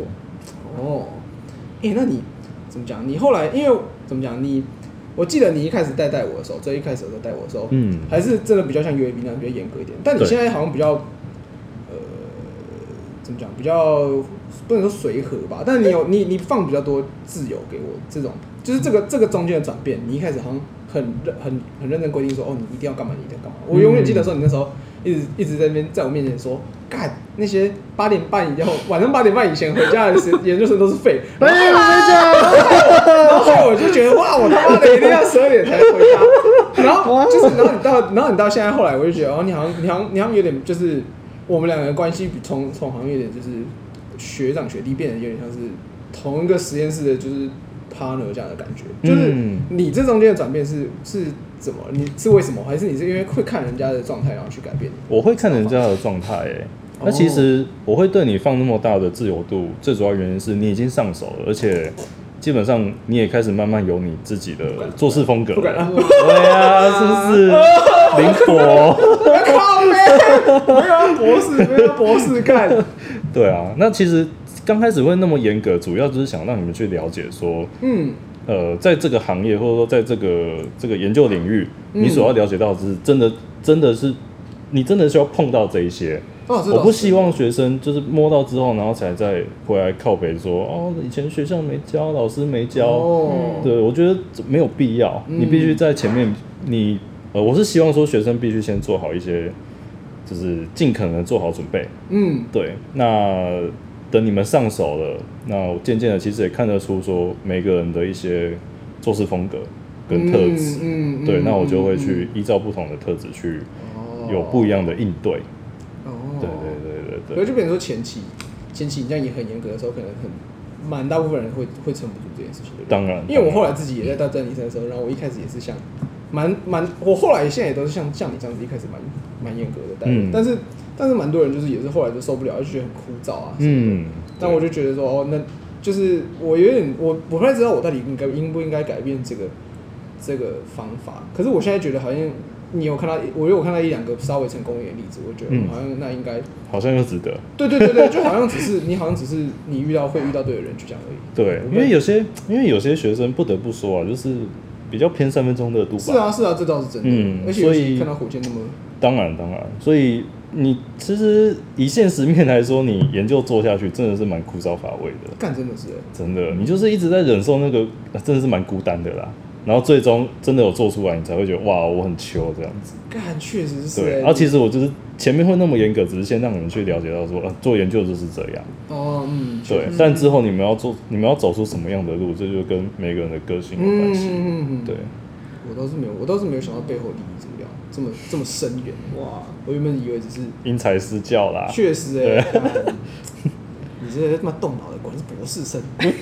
那你怎么讲？你后来因为怎么讲我记得你一开始带我的时候，最一开始带我的时候，还是真的比较像 UAV 那样比较严格一点。但你现在好像比较，怎么讲？比较不能说随和吧，但你放比较多自由给我，这种就是这个中间的转变。你一开始好像很认真规定说，你一定要干嘛，你一定要干嘛。我永远记得说，你那时候一直在那边在我面前说，干那些8点半以后，晚上8点半以前回家的研究生都是废。 我没讲。 然后我就觉得哇，我他妈的一定要12点才回家。然后你到现在后来，我就觉得你好像有点就是我们两个的关系从好像有点就是学长学弟变得有点像是同一个实验室的，就是 partner 这样的感觉。就是你这中间的转变是怎么？你是为什么？还是你是因为会看人家的状态然后去改变？ 我会看人家的状态那其实我会对你放那么大的自由度，最主要原因是你已经上手了，而且基本上你也开始慢慢有你自己的做事风格。 不敢对啊，是不是？灵活。 靠北，没有博士干。 对啊，那其实刚开始会那么严格，主要就是想让你们去了解说， 在这个行业或者说在这个研究领域，你所要了解到的是真的是你真的需要碰到这一些。我不希望学生就是摸到之后，然后才再回来靠北说以前学校没教，老师没教。对，我觉得没有必要。你必须在前面，我是希望说学生必须先做好一些，就是尽可能做好准备。对。那等你们上手了，那渐渐的其实也看得出说每个人的一些做事风格跟特质。对，那我就会去依照不同的特质去有不一样的应对。 对，就比如说前期你这样也很严格的时候，可能蛮大部分人会撑不住这件事情。 当然， 因为我后来自己也在当医生的时候，然后我一开始也是像我后来现在也都是像你这样子，一开始蛮严格的，但是蛮多人就是也是后来就受不了，就觉得很枯燥啊。但我就觉得说那就是我不太知道我到底应不应该改变这个方法。可是我现在觉得好像。我有看到一两个稍微成功一点的例子，我觉得好像那应该好像又值得。对， 就好像只是你会遇到对的人就这样而已。 对，因为有些学生不得不说啊，就是比较偏3分钟热度吧。 是啊，这倒是真的。而且尤其看到火箭那么…… 当然，所以你其实以现实面来说，你研究做下去真的是蛮枯燥乏味的。 干，真的是真的，你就是一直在忍受那个，真的是蛮孤单的啦。然后最终真的有做出来，你才会觉得哇，我很糗这样子。 干，确实是。 对，然后其实我就是前面会那么严格，只是先让你们去了解到说，做研究就是这样。对。但之后你们要走出什么样的路，这就跟每个人的个性有关系。对。 我倒是没有想到背后利益这么深远。哇，我原本以为只是因材施教啦。 确实你这他妈动脑的，果然是博士生。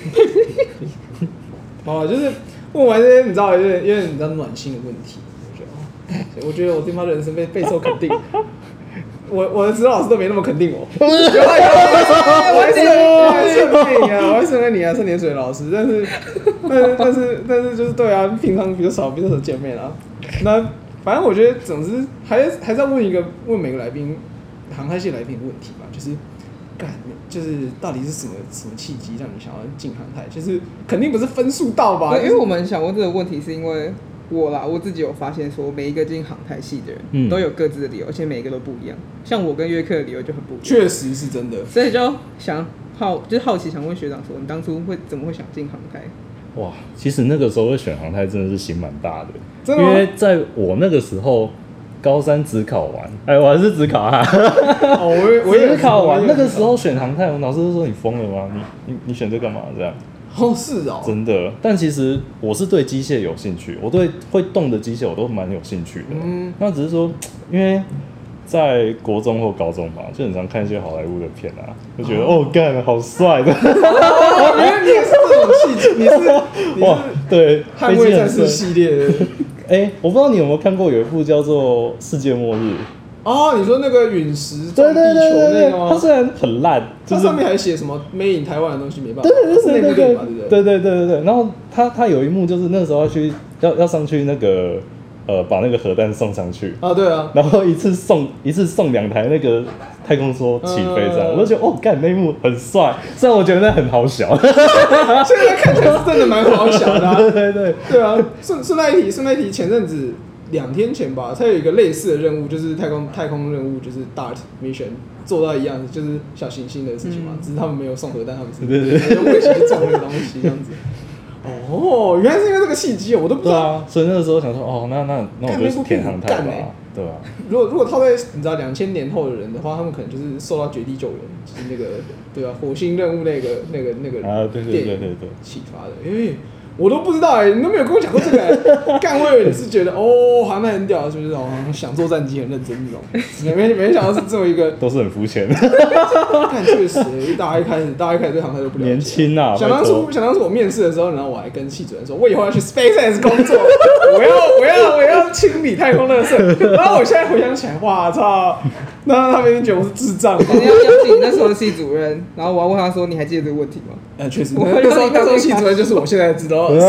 就是问完这些，你知道，有点你知道暖心的问题，我觉得我对他的人生备受肯定。我的指导老师都没那么肯定我。我还是很你啊，盛年水老师，但是就是对啊，平常比较少见面啊。那反正我觉得，总之还是要问每个来宾，航太系来宾的问题吧，就是到底是什么契机让你想要进航太？就是肯定不是分数到吧？ 因为我们想问这个问题，是因为我自己有发现说，每一个进航太系的人都有各自的理由，而且每一个都不一样。像我跟约克的理由就很不一样， 确实是真的。 所以就好奇想问学长说，你当初怎么会想进航太？ 哇，其实那个时候会选航太真的是心蛮大的， 真的吗？ 因为在我那个时候。高3只考完，我还是只考哈。我也考完，那个时候选航太，我老师就说你疯了吗？你选这干嘛？这样。 是哦。 真的，但其实我是对机械有兴趣，我对会动的机械我都蛮有兴趣的。那只是说，因为在国中或高中吧，就很常看一些好莱坞的片啊，就觉得干好帅的。 原来你也是这种气质，你是哇， 对， 捍卫战士系列的。 我不知道你有没有看过有一部叫做《世界末日》 你说那个陨石撞地球那个吗？ 它虽然很烂， 它上面还写什么 Made in 台湾的东西没办法，是那部电影嘛，对不对？ 对。然后它有一幕就是那时候要上去那个把那个核弹送上去对啊， 然后一次送2台那个太空梭起飞这样，我就觉得干那一幕很帅，虽然我觉得那很好小， 现在看起来是真的蛮好小的。对啊，顺带一提，前阵子2天前吧，它有一个类似的任务，就是太空任务，就是 DART mission 做到一样，就是小行星的事情嘛，只是他们没有送核弹，他们是用卫星去撞那个东西这样子。原来是因为这个契机，我都不知道。 所以那个时候想说，那我就填航太吧，对吧？ 如果套在你知道2000年后的人的话，他们可能就是受到绝地救援，就是那个对吧？火星任务那个电影启发的。我都不知道你都没有跟我讲过这个干，我以为你是觉得航太很屌，就是想做战机很认真那种，没想到是这么一个， 都是很肤浅的。 但确实，大家一开始对航太都不了解， 年轻啊。 想当初我面试的时候，然后我还跟系主任说，我以后要去 SpaceX 工作，我要清理太空垃圾。然后我现在回想起来，哇操！那他们一定觉得我是智障。 你要邀请那时候的系主任，然后我要问他说：“你还记得这个问题吗？” 确实，那时候系主任就是我现在的指导老师，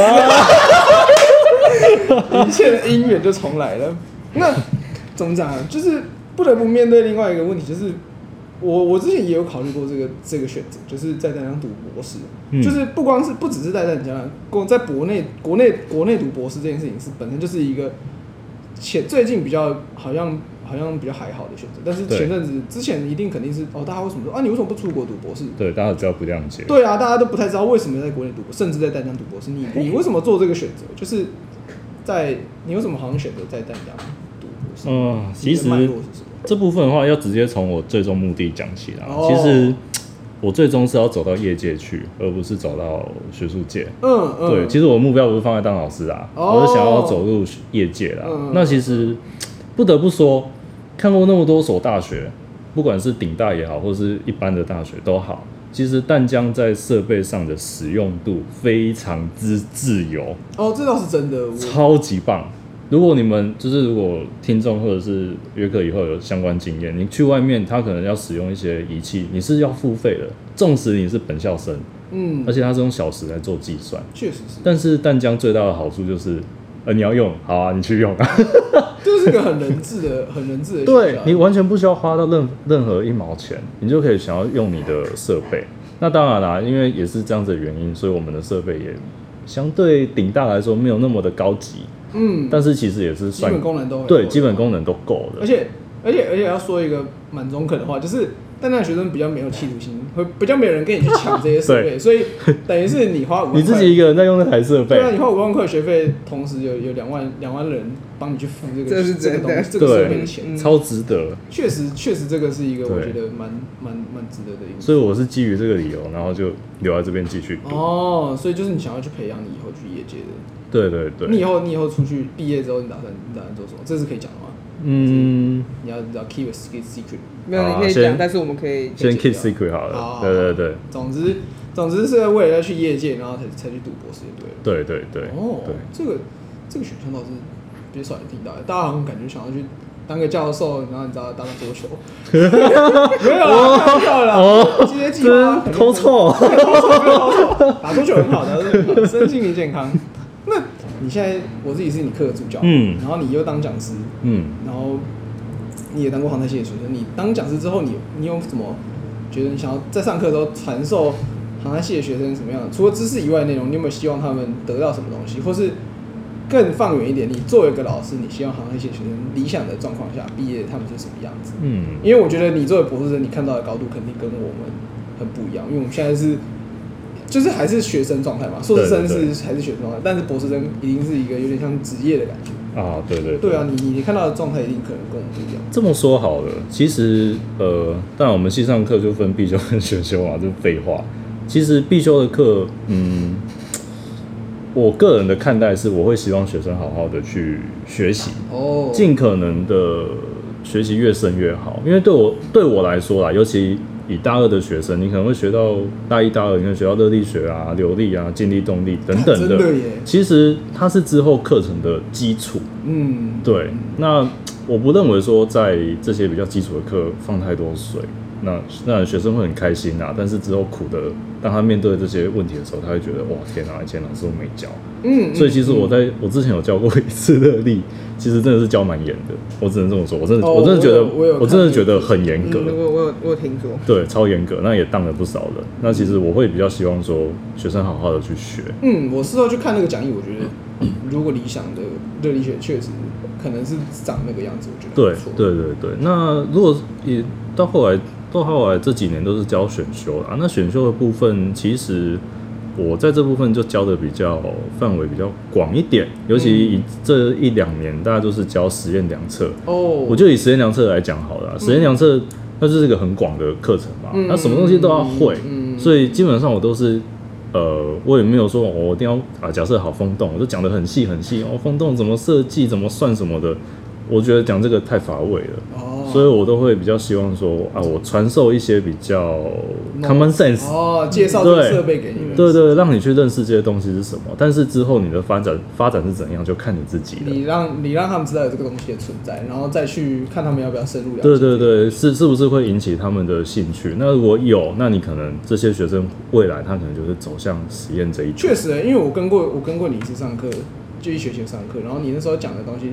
一切的因缘就重来了。那怎么讲啊？就是不得不面对另外一个问题，就是我之前也有考虑过这个选择，就是在淡江读博士，就是不只是在淡江，在国内读博士这件事情是本身就是一个最近比较好像比较还好的选择，但是之前一定肯定是大家为什么说你为什么不出国读博士？ 对，大家比较不谅解。 对啊，大家都不太知道为什么在国内读博士，甚至在淡江读博士，你为什么做这个选择？就是你为什么好像选择在淡江读博士？ 其实这部分的话，要直接从我最终目的讲起啦。其实我最终是要走到业界去，而不是走到学术界。对，其实我的目标不是放在当老师啦，我是想要走入业界啦。那其实不得不说，看过那么多所大学，不管是顶大也好，或是一般的大学都好，其实淡江在设备上的使用度非常之自由。 这倒是真的， 超级棒。如果听众或者是约课以后有相关经验，你去外面他可能要使用一些仪器，你是要付费的，纵使你是本校生，而且他是用小时来做计算， 确实是。 但是淡江最大的好处就是，你要用，好啊，你去用啊， 就是个很人治的学校， 对，你完全不需要花到任何一毛钱，你就可以想要用你的设备。那当然啦，因为也是这样子的原因，所以我们的设备也相对顶大来说没有那么的高级。但是其实也是算基本功能都对，基本功能都够的。 而且要说一个蛮中肯的话，就是淡江学生比较没有企图心，会比较没有人跟你去抢这些设备，所以等于是你花5万块， 你自己一个人在用那台设备， 对啊，你花5万块学费，同时有2万人帮你去付这个设备的钱， 超值得。 确实这个是一个我觉得蛮值得的因素。 所以我是基于这个理由，然后就留在这边继续读。 所以就是你想要去培养你以后去业界的。 对对对。 你以后出去毕业之后，你打算做什么？这是可以讲的吗？你要 keep a secret。 没有，你可以讲，但是我们可以先 keep secret 好了。对对对。 总之是为了要去业界，然后才去读博士，对了。 对。 这个选项倒是比较少人听到，大家好像感觉想要去当个教授，然后你知道打桌球。没有啦，开玩笑啦。这些计划偷臭， 打桌球很好的，身心灵健康。那你现在我自己是你课的助教，然后你又当讲师，然后你也当过航太系的学生，你当讲师之后，你有什么觉得你想要在上课的时候传授航太系的学生什么样的？除了知識以外的内容，你有没有希望他们得到什么东西，或是更放远一点，你作为一个老师，你希望航太系的学生理想的状况下毕业，他们是什么样子？因为我觉得你作为博士生，你看到的高度肯定跟我们很不一样，因为我们现在就是还是学生状态嘛，硕士生还是学生状态，但是博士生一定是一个有点像职业的感觉啊。对。 对啊，你看到的状态一定可能跟我们不一样。 这么说好了，其实当然我们系上课就分必修跟选修嘛，这是废话。其实必修的课，我个人的看待是，我会希望学生好好的去学习，尽可能的学习越深越好。因为对我来说啦，尤其以大2的学生，你可能会学到大1、大2，你可能学到热力学啊、流力啊、静力动力等等的。其实它是之后课程的基础。对。那我不认为说在这些比较基础的课放太多水，那学生会很开心啊，但是之后苦的，当他面对这些问题的时候，他会觉得哇天啊，以前老师都没教。所以其实我之前有教过一次热力，其实真的是教蛮严的，我只能这么说，我真的觉得我真的觉得很严格。 我有听说。 对，超严格，那也当了不少人。那其实我会比较希望说学生好好的去学。 我事后去看那个讲义，我觉得如果理想的热力学确实可能是长那个样子，我觉得不错。 对。那如果也到后来这几年都是教选修啦，那选修的部分其实我在这部分就教的比较范围比较广一点，尤其以这1-2年大家都是教实验量测。我就以实验量测来讲好了，实验量测它就是一个很广的课程嘛，那什么东西都要会，所以基本上我都是我也没有说我一定要假设好风洞，我就讲得很细，风洞怎么设计，怎么算什么的，我觉得讲这个太乏味了。所以我都会比较希望说我传授一些比较 common sense， 介绍这个设备给你们， 对，让你去认识这些东西是什么，但是之后你的发展是怎样，就看你自己了。 你让他们知道有这个东西的存在，然后再去看他们要不要深入了解。 对，是不是会引起他们的兴趣？那如果有，那你可能这些学生未来他可能就是走向实验这一条。 确实，因为我跟过你一次上课，就1学期上课，然后你那时候讲的东西。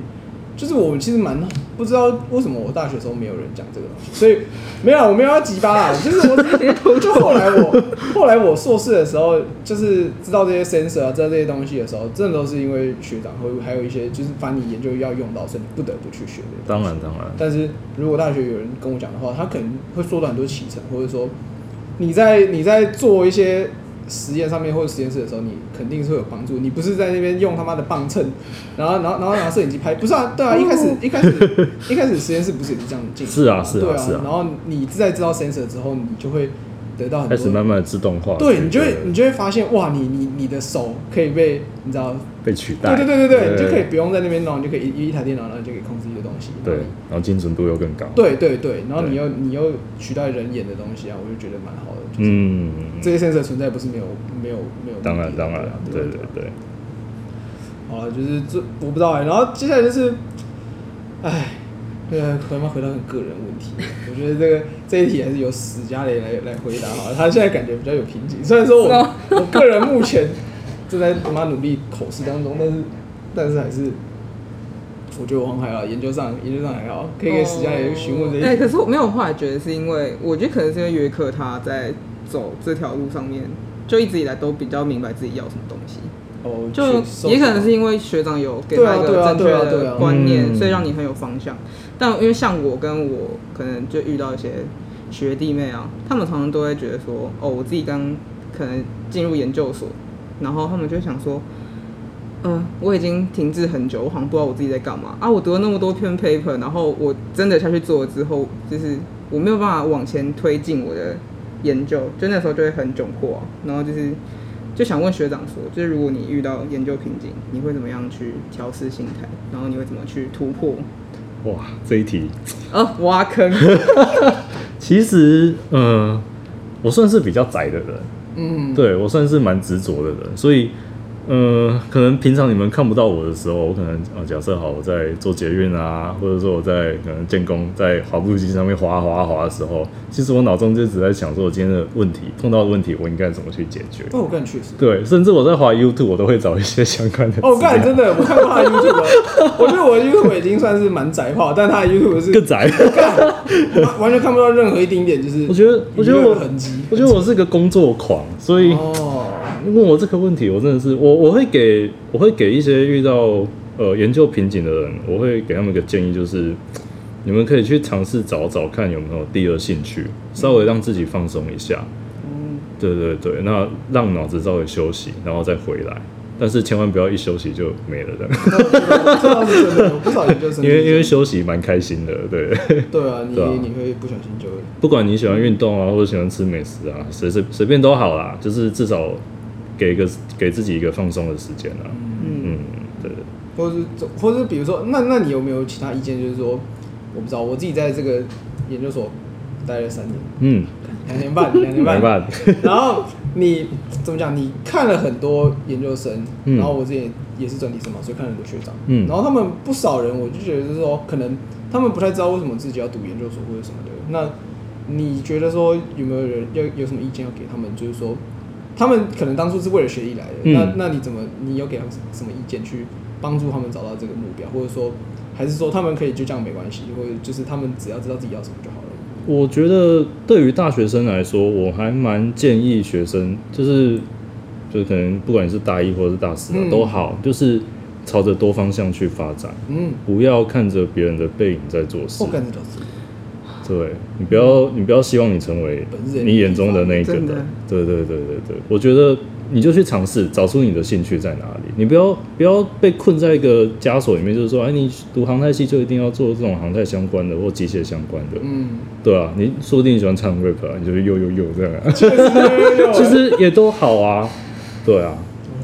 就是我其实蛮不知道为什么我大学的时候没有人讲这个东西，所以没有，我没有要急巴啦，就是就后来我硕士的时候，就是知道这些 sensor 啊，知道这些东西的时候，真的都是因为学长还有一些就是把你研究要用到，所以你不得不去学的。 当然。 但是如果大学有人跟我讲的话，他可能会缩短很多起程，或者说你在做一些实验上面或者实验室的时候，你肯定是会有帮助。你不是在那边用他妈的磅秤，然后拿摄影机拍，不是啊？对啊，一开始实验室不是也是这样进行？对啊。然后你在知道 sensor 之后，你就会得到很多开始慢慢的自动化。 对，你就会发现哇，你的手可以被你知道被取代。 对，你就可以不用在那边弄，你就可以一台电脑，然后就可以控制一个东西。 对，然后精准度又更高。 对，然后你又取代人眼的东西啊，我就觉得蛮好的。这些 sensor 存在不是没有。 当然，对。 好了，就是我不知道然后接下来就是，可能回到很个人问题。我觉得这一题还是由史嘉蕾来回答好了。他现在感觉比较有瓶颈，虽然说我个人目前正在他妈努力口试当中，但是还是。我觉得我还好，研究上还好，可以给史嘉蕾询问这些。 可是我没有后来觉得是因为，我觉得可能是因为约克他在走这条路上面，就一直以来都比较明白自己要什么东西。就也可能是因为学长有给他一个正确的观念，所以让你很有方向。但因为像我跟我可能就遇到一些学弟妹啊，他们常常都会觉得说，我自己刚可能进入研究所，然后他们就会想说。我已经停滞很久，我好像不知道我自己在干嘛啊！我读了那么多篇 paper， 然后我真的下去做了之后，就是我没有办法往前推进我的研究，就那时候就会很窘迫然后就想问学长说，就是如果你遇到研究瓶颈，你会怎么样去调试心态？然后你会怎么去突破？ 哇，这一题挖坑。 其实我算是比较宅的人，对我算是蛮执着的人，所以。可能平常你们看不到我的时候，我可能假设好我在做捷运啊，或者说我在可能建工在滑步机上面滑的时候，其实我脑中就只在想说，我今天的问题碰到的问题，我应该怎么去解决。 我更确实。对， 甚至我在滑 YouTube， 我都会找一些相关的。 干真的，我看过他的 YouTube， 我觉得我的 YouTube 已经算是蛮宅化，但他的 YouTube 是更宅， 完全看不到任何一丁点，就是我觉得我是个工作狂，所以。问我这个问题，我真的是我会给一些遇到研究瓶颈的人，我会给他们一个建议，就是你们可以去尝试找看有没有第二兴趣，稍微让自己放松一下。对，那让脑子稍微休息，然后再回来。但是千万不要一休息就没了的。 这倒是真的，有不少研究生因为休息蛮开心的，对。 对啊，你会不小心就会。 不管你喜欢运动啊，或者喜欢吃美食啊，随便都好啦，就是至少。给自己一个放松的时间啊，对， 或者比如说，那你有没有其他意见？就是说，我不知道，我自己在这个研究所待了3年，2年半，然后你怎么讲？你看了很多研究生，然后我之前也是专题生嘛，所以看了很多学长，然后他们不少人，我就觉得就是说，可能他们不太知道为什么自己要读研究所或者什么的。那你觉得说有没有人有什么意见要给他们？就是说。他们可能当初是为了学历来的，那你有给他们什么意见去帮助他们找到这个目标，或者说，还是说他们可以就这样没关系，或者就是他们只要知道自己要什么就好了？ 我觉得对于大学生来说，我还蛮建议学生，就是可能不管你是大1或者是大4都好，就是朝着多方向去发展，不要看着别人的背影在做事。对，你不要希望你成为你眼中的那一个人。对，我觉得你就去尝试，找出你的兴趣在哪里。你不要被困在一个枷锁里面，就是说，你读航太系就一定要做这种航太相关的或机械相关的。对啊，你说不定你喜欢唱 rap 啊，你就又这样啊。其实也都好啊。对啊。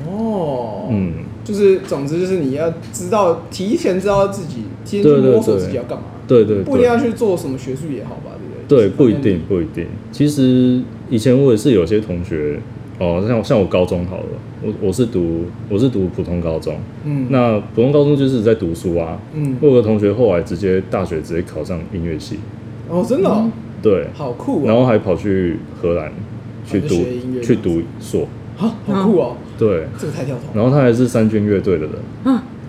就是总之就是你要提前知道自己，提前去摸索自己要干嘛。对，不一定要去做什么学术也好吧，对不对？ 对，不一定。其实以前我也是有些同学，像我高中好了，我是读普通高中，那普通高中就是在读书啊，我有个同学后来大学直接考上音乐系， 真的对， 好酷然后还跑去荷兰去读硕， 好酷哦， 对， 这个太跳脱， 然后他还是3军乐队的人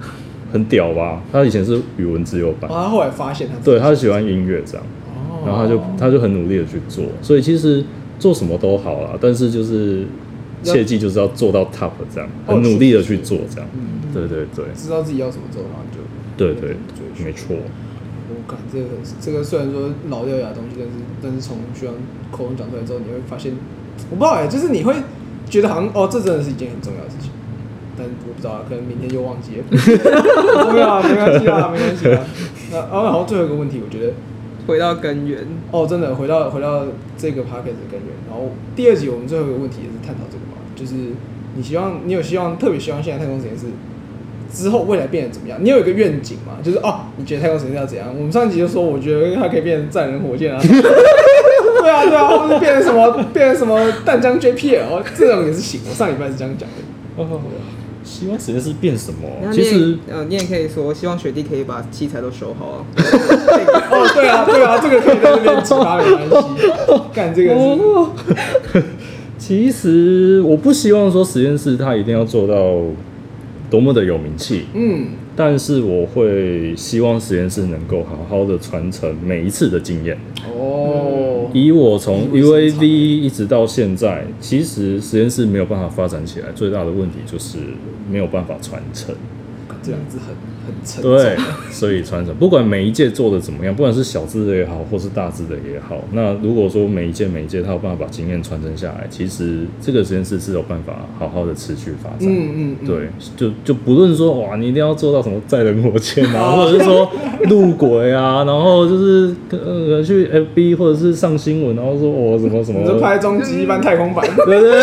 很屌吧？他以前是语文自由班， 他后来发现对他喜欢音乐这样，然后他就很努力的去做，所以其实做什么都好啦，但是就是切记就是要做到 top 这样，很努力的去做这样，对对对， 知道自己要怎么做，然后就对对，没错。 我感这个虽然说老掉牙的东西，但是从学长口中讲出来之后，你会发现，我不知道就是你会觉得好像这真的是一件很重要的事情，但我不知道可能明天又忘记了。重要啊，没关系啦，没关系啦。然后最后一个问题，我觉得回到根源真的回到这个 podcast 的根源。然后第2集我们最后一个问题也是探讨这个嘛，就是你特别希望现在太空实验室之后未来变得怎么样？你有一个愿景吗？就是你觉得太空实验室要怎样？我们上一集就说，我觉得它可以变成载人火箭啊，对啊，或者变成什么淡江 JPL 这种也是行。我上礼拜是这样讲的。 希望实验室变什么？ 其实你也可以说，希望学弟可以把器材都修好啊。 对啊，这个可以在这边激发没关系。干这个是。 其实我不希望说实验室它一定要做到多么的有名气，但是我会希望实验室能够好好的传承每一次的经验。以我从 UAV 一直到现在，其实实验室没有办法发展起来，最大的问题就是没有办法传承。 这两字很沉重。 对，所以传承，不管每一届做的怎么样，不管是小字的也好，或是大字的也好，那如果说每一届它有办法把经验传承下来，其实这个实验室是有办法好好的持续发展。对，就不论说哇，你一定要做到什么载人火箭啊，或者是说路轨啊，然后就是去 FB 或者是上新闻，然后说什么什么， 你就拍中极一般太空版， 对。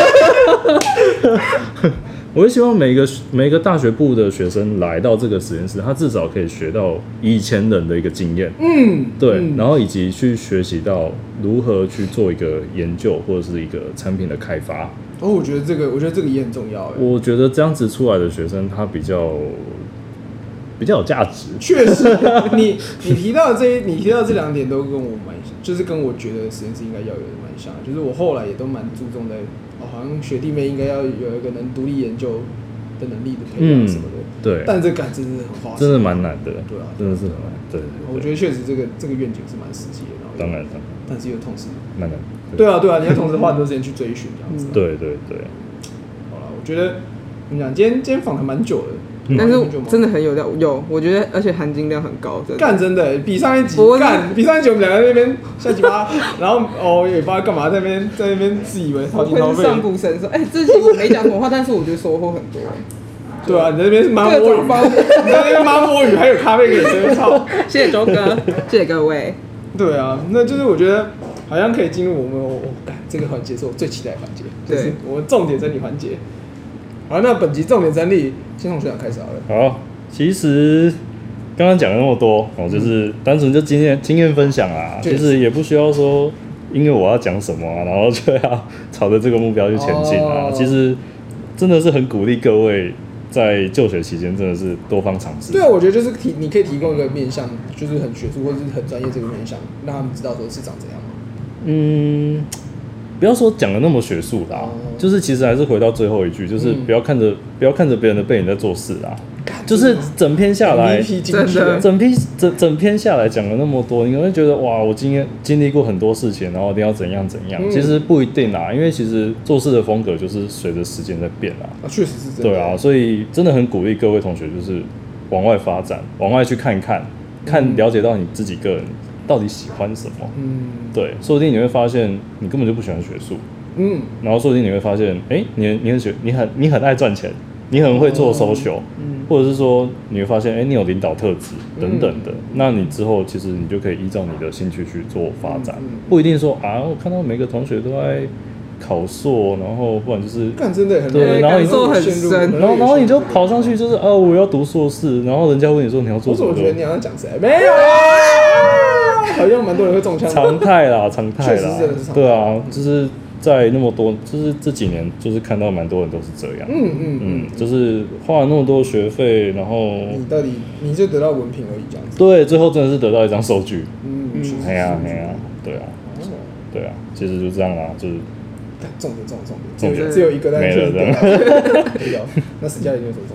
我会希望每个大学部的学生来到这个实验室，他至少可以学到以前人的一个经验，对，然后以及去学习到如何去做一个研究或者是一个产品的开发。 我觉得这个也很重要。 我觉得这样子出来的学生，他比较有价值。 确实，你提到这2点都跟我蛮像，就是跟我觉得实验室应该要有的蛮像，就是我后来也都蛮注重在。好像学弟妹应该要有一个能独立研究的能力的培养什么的， 对。 但这真的是很花， 真的蛮难的， 对啊， 真的是很难。对， 我觉得确实这个愿景是蛮实际的， 当然， 但是又同时蛮难。 对啊，你要同时花很多时间去追寻这样子。 对。 好了，我觉得怎么讲，今天访谈蛮久的。 但是真的很有料，我觉得，而且含金量很高， 真的比上一集我们2个在那边下鸡巴，然后也不知道干嘛在那边自以为掏心掏肺， 上古神说，这集我没讲什么话，但是我觉得收获很多。 对啊，你在那边妈摸鱼，你在那边妈摸鱼，还有咖啡可以喝，操！ 谢谢周哥，谢谢各位。 对啊，那就是我觉得好像可以进入我们这个环节是我最期待的环节，就是我们重点整理环节。好，那本集重点整理，先从学长开始好了。 好，其实刚刚讲了那么多，就是单纯就经验分享啊，其实也不需要说因为我要讲什么啊，然后就要朝着这个目标去前进啊。其实真的是很鼓励各位在就学期间真的是多方尝试。 对啊，我觉得就是你可以提供一个面向，就是很学术或者是很专业这个面向，让他们知道说是长怎样吗？ 不要说讲的那么学术啦，就是其实还是回到最后一句，就是不要看着别人的背影在做事啊。就是整篇下来，整篇下来讲了那么多，你可能会觉得哇，我经历过很多事情，然后一定要怎样。其实不一定啦，因为其实做事的风格就是随着时间在变啦。 确实是这样。 对啊，所以真的很鼓励各位同学，就是往外发展，往外去看了解到你自己个人到底喜欢什么。对，说不定你会发现你根本就不喜欢学术。然后说不定你会发现，你很爱赚钱，你很会做 social，或者是说你会发现，你有领导特质等等的。那你之后其实你就可以依照你的兴趣去做发展，不一定说我看到每个同学都在考硕，然后不然就是真的很对，然后你就很深， 然后你就跑上去就是我要读硕士，然后人家问你说你要做什么？ 我觉得你好像讲谁？没有啊，好像蛮多人会中枪。 常态啦， 确实真的是常态。 对啊，就是在那么多，就是这几年，就是看到蛮多人都是这样。就是花了那么多学费，然后你就得到文凭而已这样子。 对，最后真的是得到一张收据。哎呀，对啊，其实就这样啦，就是重点，只有一个，但是没了这样。那史嘉玲有什么重点吗？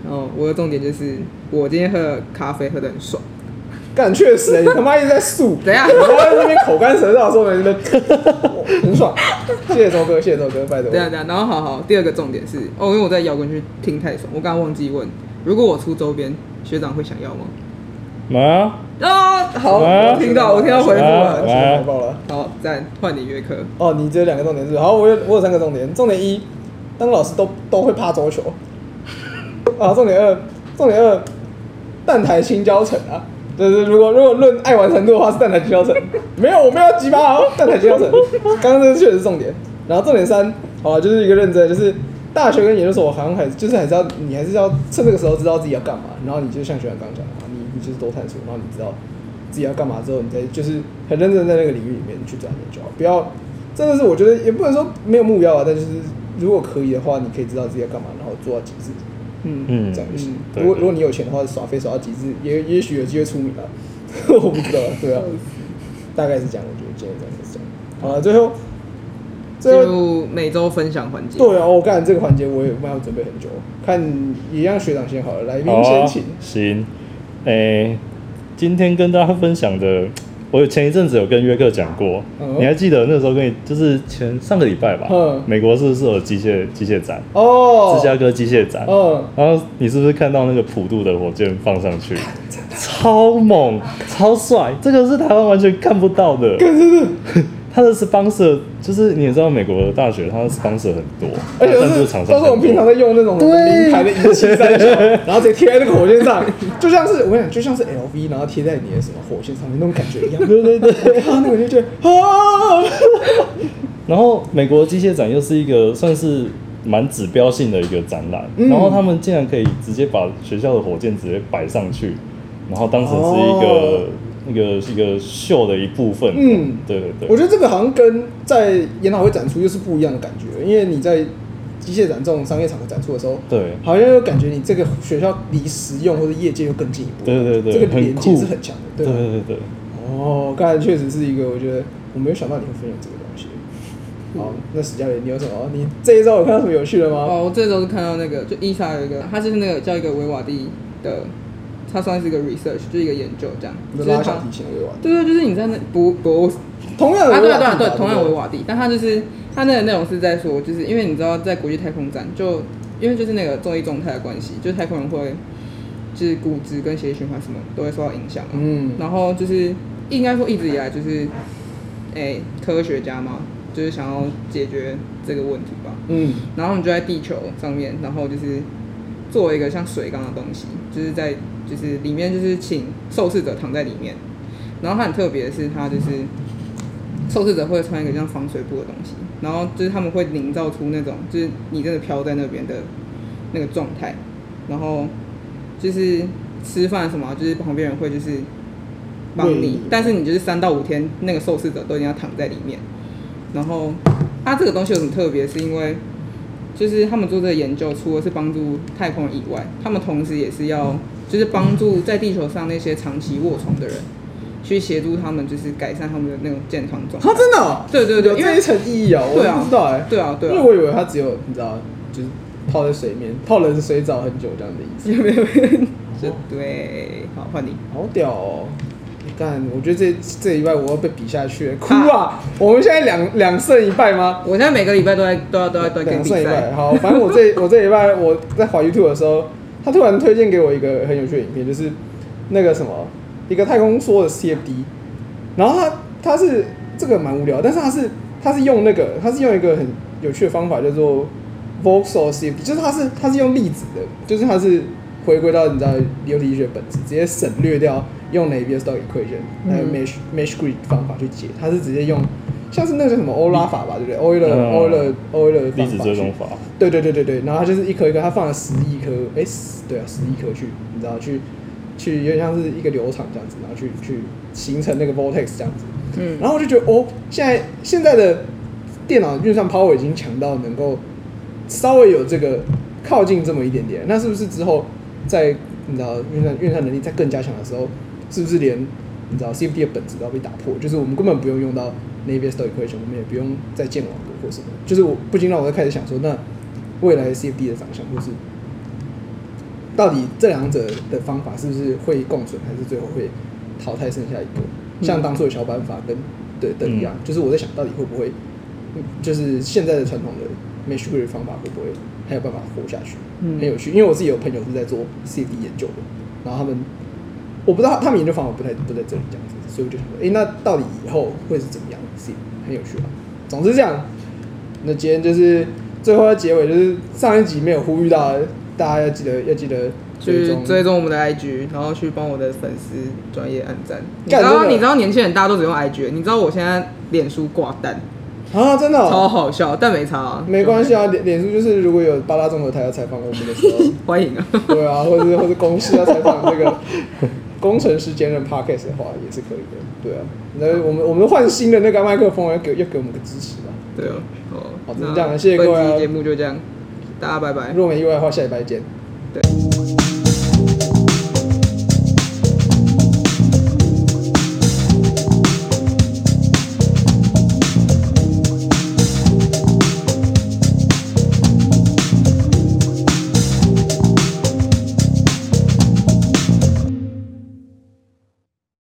然后我的重点就是我今天喝的咖啡喝得很爽。 干确实、你他妈一直在诉， 怎样？ 你他妈在那边口干舌燥的时候，很爽。谢谢周哥，谢谢周哥，拜托。 对啊，然后好，第二个重点是因为我在摇滚区听太爽，我刚刚忘记问，如果我出周边，学长会想要吗？好，我听到回复了， 太爆了。 好，再换你约课。 哦，你只有2个重点是？好，我有3个重点。重点1，当老师都会怕桌球。重点2，蛋台青椒城啊。就是如果论爱玩程度的话，是蛋台青椒城。没有，我没有要鸡巴哦，蛋台青椒城。刚刚这确实是重点。然后重点3，好，就是一个认真，就是大学跟研究所好像还是要你还是要趁这个时候知道自己要干嘛，然后你就像学长刚讲的，你就是多探索，然后你知道自己要干嘛之后，你再就是很认真在那个领域里面去钻研就好，不要真的是我觉得也不能说没有目标啊，但就是如果可以的话，你可以知道自己要干嘛，然后做到极致。这样就行。如果你有钱的话，耍废耍到极致，也许有机会出名了。我不知道，对啊，大概是这样，我觉得今天这样是这样。好了，最后进入每周分享环节。 对啊，我干这个环节我也要准备很久，看一样学长先好了，来宾先请。 行，今天跟大家分享的。我前一阵子有跟约克讲过，你还记得那时候就是上个礼拜吧，美国是不是有机械展？芝加哥机械展。然后你是不是看到那个普渡的火箭放上去，超猛超帅，这个是台湾完全看不到的。他的 sponsor 就是你也知道，美国的大学它的 sponsor 很多， 而且都是我们平常在用那种名牌的仪器在上，然后直接贴在那个火箭上，就像是我跟你讲，就像是 LV 然后贴在你的什么火箭上面那种感觉一样。对，看到那个就觉得然后美国机械展又是一个算是蛮指标性的一个展览，然后他们竟然可以直接把学校的火箭直接摆上去，然后当成是一个秀的一部分。对。 我觉得这个好像跟在研讨会展出又是不一样的感觉，因为你在机械展这种商业场合展出的时候， 对， 好像又感觉你这个学校离实用或者业界又更进一步。 对， 这个连接是很强的。 对。 刚才确实是一个，我觉得我没有想到你会分享这个东西。好，那史嘉蕾，你有什么？你这一周有看到什么有趣的吗？ 我这周是看到那个，就伊莎有一个，他就是那个叫一个维瓦蒂的。它算是一个 research， 就是一个研究这样。 拉小提琴的维瓦蒂。 对，就是你在那不同样的维瓦蒂。 对，同样维瓦蒂，但它就是它那个内容是在说，就是因为你知道在国际太空站，就因为就是那个重力状态的关系，就是太空人会就是骨质跟血液循环什么都会受到影响嘛。然后就是应该说一直以来就是科学家嘛，就是想要解决这个问题吧。然后他们就在地球上面，然后就是做一个像水缸的东西，就是里面就是请受试者躺在里面，然后它很特别的是，它就是受试者会穿一个像防水布的东西，然后就是他们会营造出那种就是你真的飘在那边的那个状态，然后就是吃饭什么，就是旁边人会就是帮你，但是你就是3到5天那个受试者都一定要躺在里面，然后它这个东西有什么特别，是因为就是他们做这个研究，除了是帮助太空人以外，他们同时也是要就是帮助在地球上那些长期卧床的人，去协助他们就是改善他们的那种健康状态。 真的？ 对， 有这一层意义啊！我不知道对啊， 因为我以为它只有你知道，就是泡在水面，泡冷水澡很久这样的意思。 没有，对，好换你。 好屌哦！干，我觉得这礼拜我要被比下去了，哭啊！我们现在两胜1败吗？ 我现在每个礼拜都在跟比赛。2胜1 败。好，反正我这礼拜我在滑 YouTube 的时候，他突然推荐给我一个很有趣的影片，就是那个什么一个太空梭的 CFD， 然后他是这个蛮无聊，但是他是用一个很有趣的方法叫做 Vauxhall CFD， 就是他是用粒子的，就是他是回归到你知道流体力学本质，直接省略掉用 Navier-Stokes equation 还有 mesh grid 方法去解，他是直接用像是那个叫什么欧拉法吧，对不对？Euler 粒子追踪法。 对，然后他就是一颗一颗，他放了10亿颗，10亿颗去，你知道去有点像是一个流场这样子，然后去形成那个 vortex 这样子。然后我就觉得现在的电脑运算 power 已经强到能够稍微有这个靠近这么一点点，那是不是之后在你知道运算能力再更加强的时候，是不是连你知道 CFD 的本质都要被打破？就是我们根本不用用到 Navier-Stokes equation， 我们也不用再建网格或什么。就是我不禁让我在开始想说，那未来 CFD 的长相，或是到底这两者的方法是不是会共存，还是最后会淘汰剩下一个？像当初的小板法跟的一样，就是我在想到底会不会，就是现在的传统的 mesh query 方法会不会还有办法活下去？很有趣，因为我自己有朋友是在做 CFD 研究的，然后我不知道他们研究方法不在这里这样子，所以我就想说，那到底以后会是怎么样？是很有趣啊。总之这样，那今天就是最后的结尾，就是上一集没有呼吁到的，大家要记得去追踪我们的 IG， 然后去帮我的粉丝专业按赞。你知道年轻人大家都只用 IG， 你知道我现在脸书挂蛋啊，真的超好笑，但没差啊， 没关系啊。脸书就是如果有八大综合台要采访我们的时候， 欢迎啊。 对啊，或者公司要采访这个工程师兼任 podcast 的话，也是可以的。对啊，那我们换新的那个麦克风，要给我们个支持吧。 对啊， 好，只能这样，谢谢各位。 本期节目就这样，大家拜拜。 如果没意外的话，下礼拜见。 对。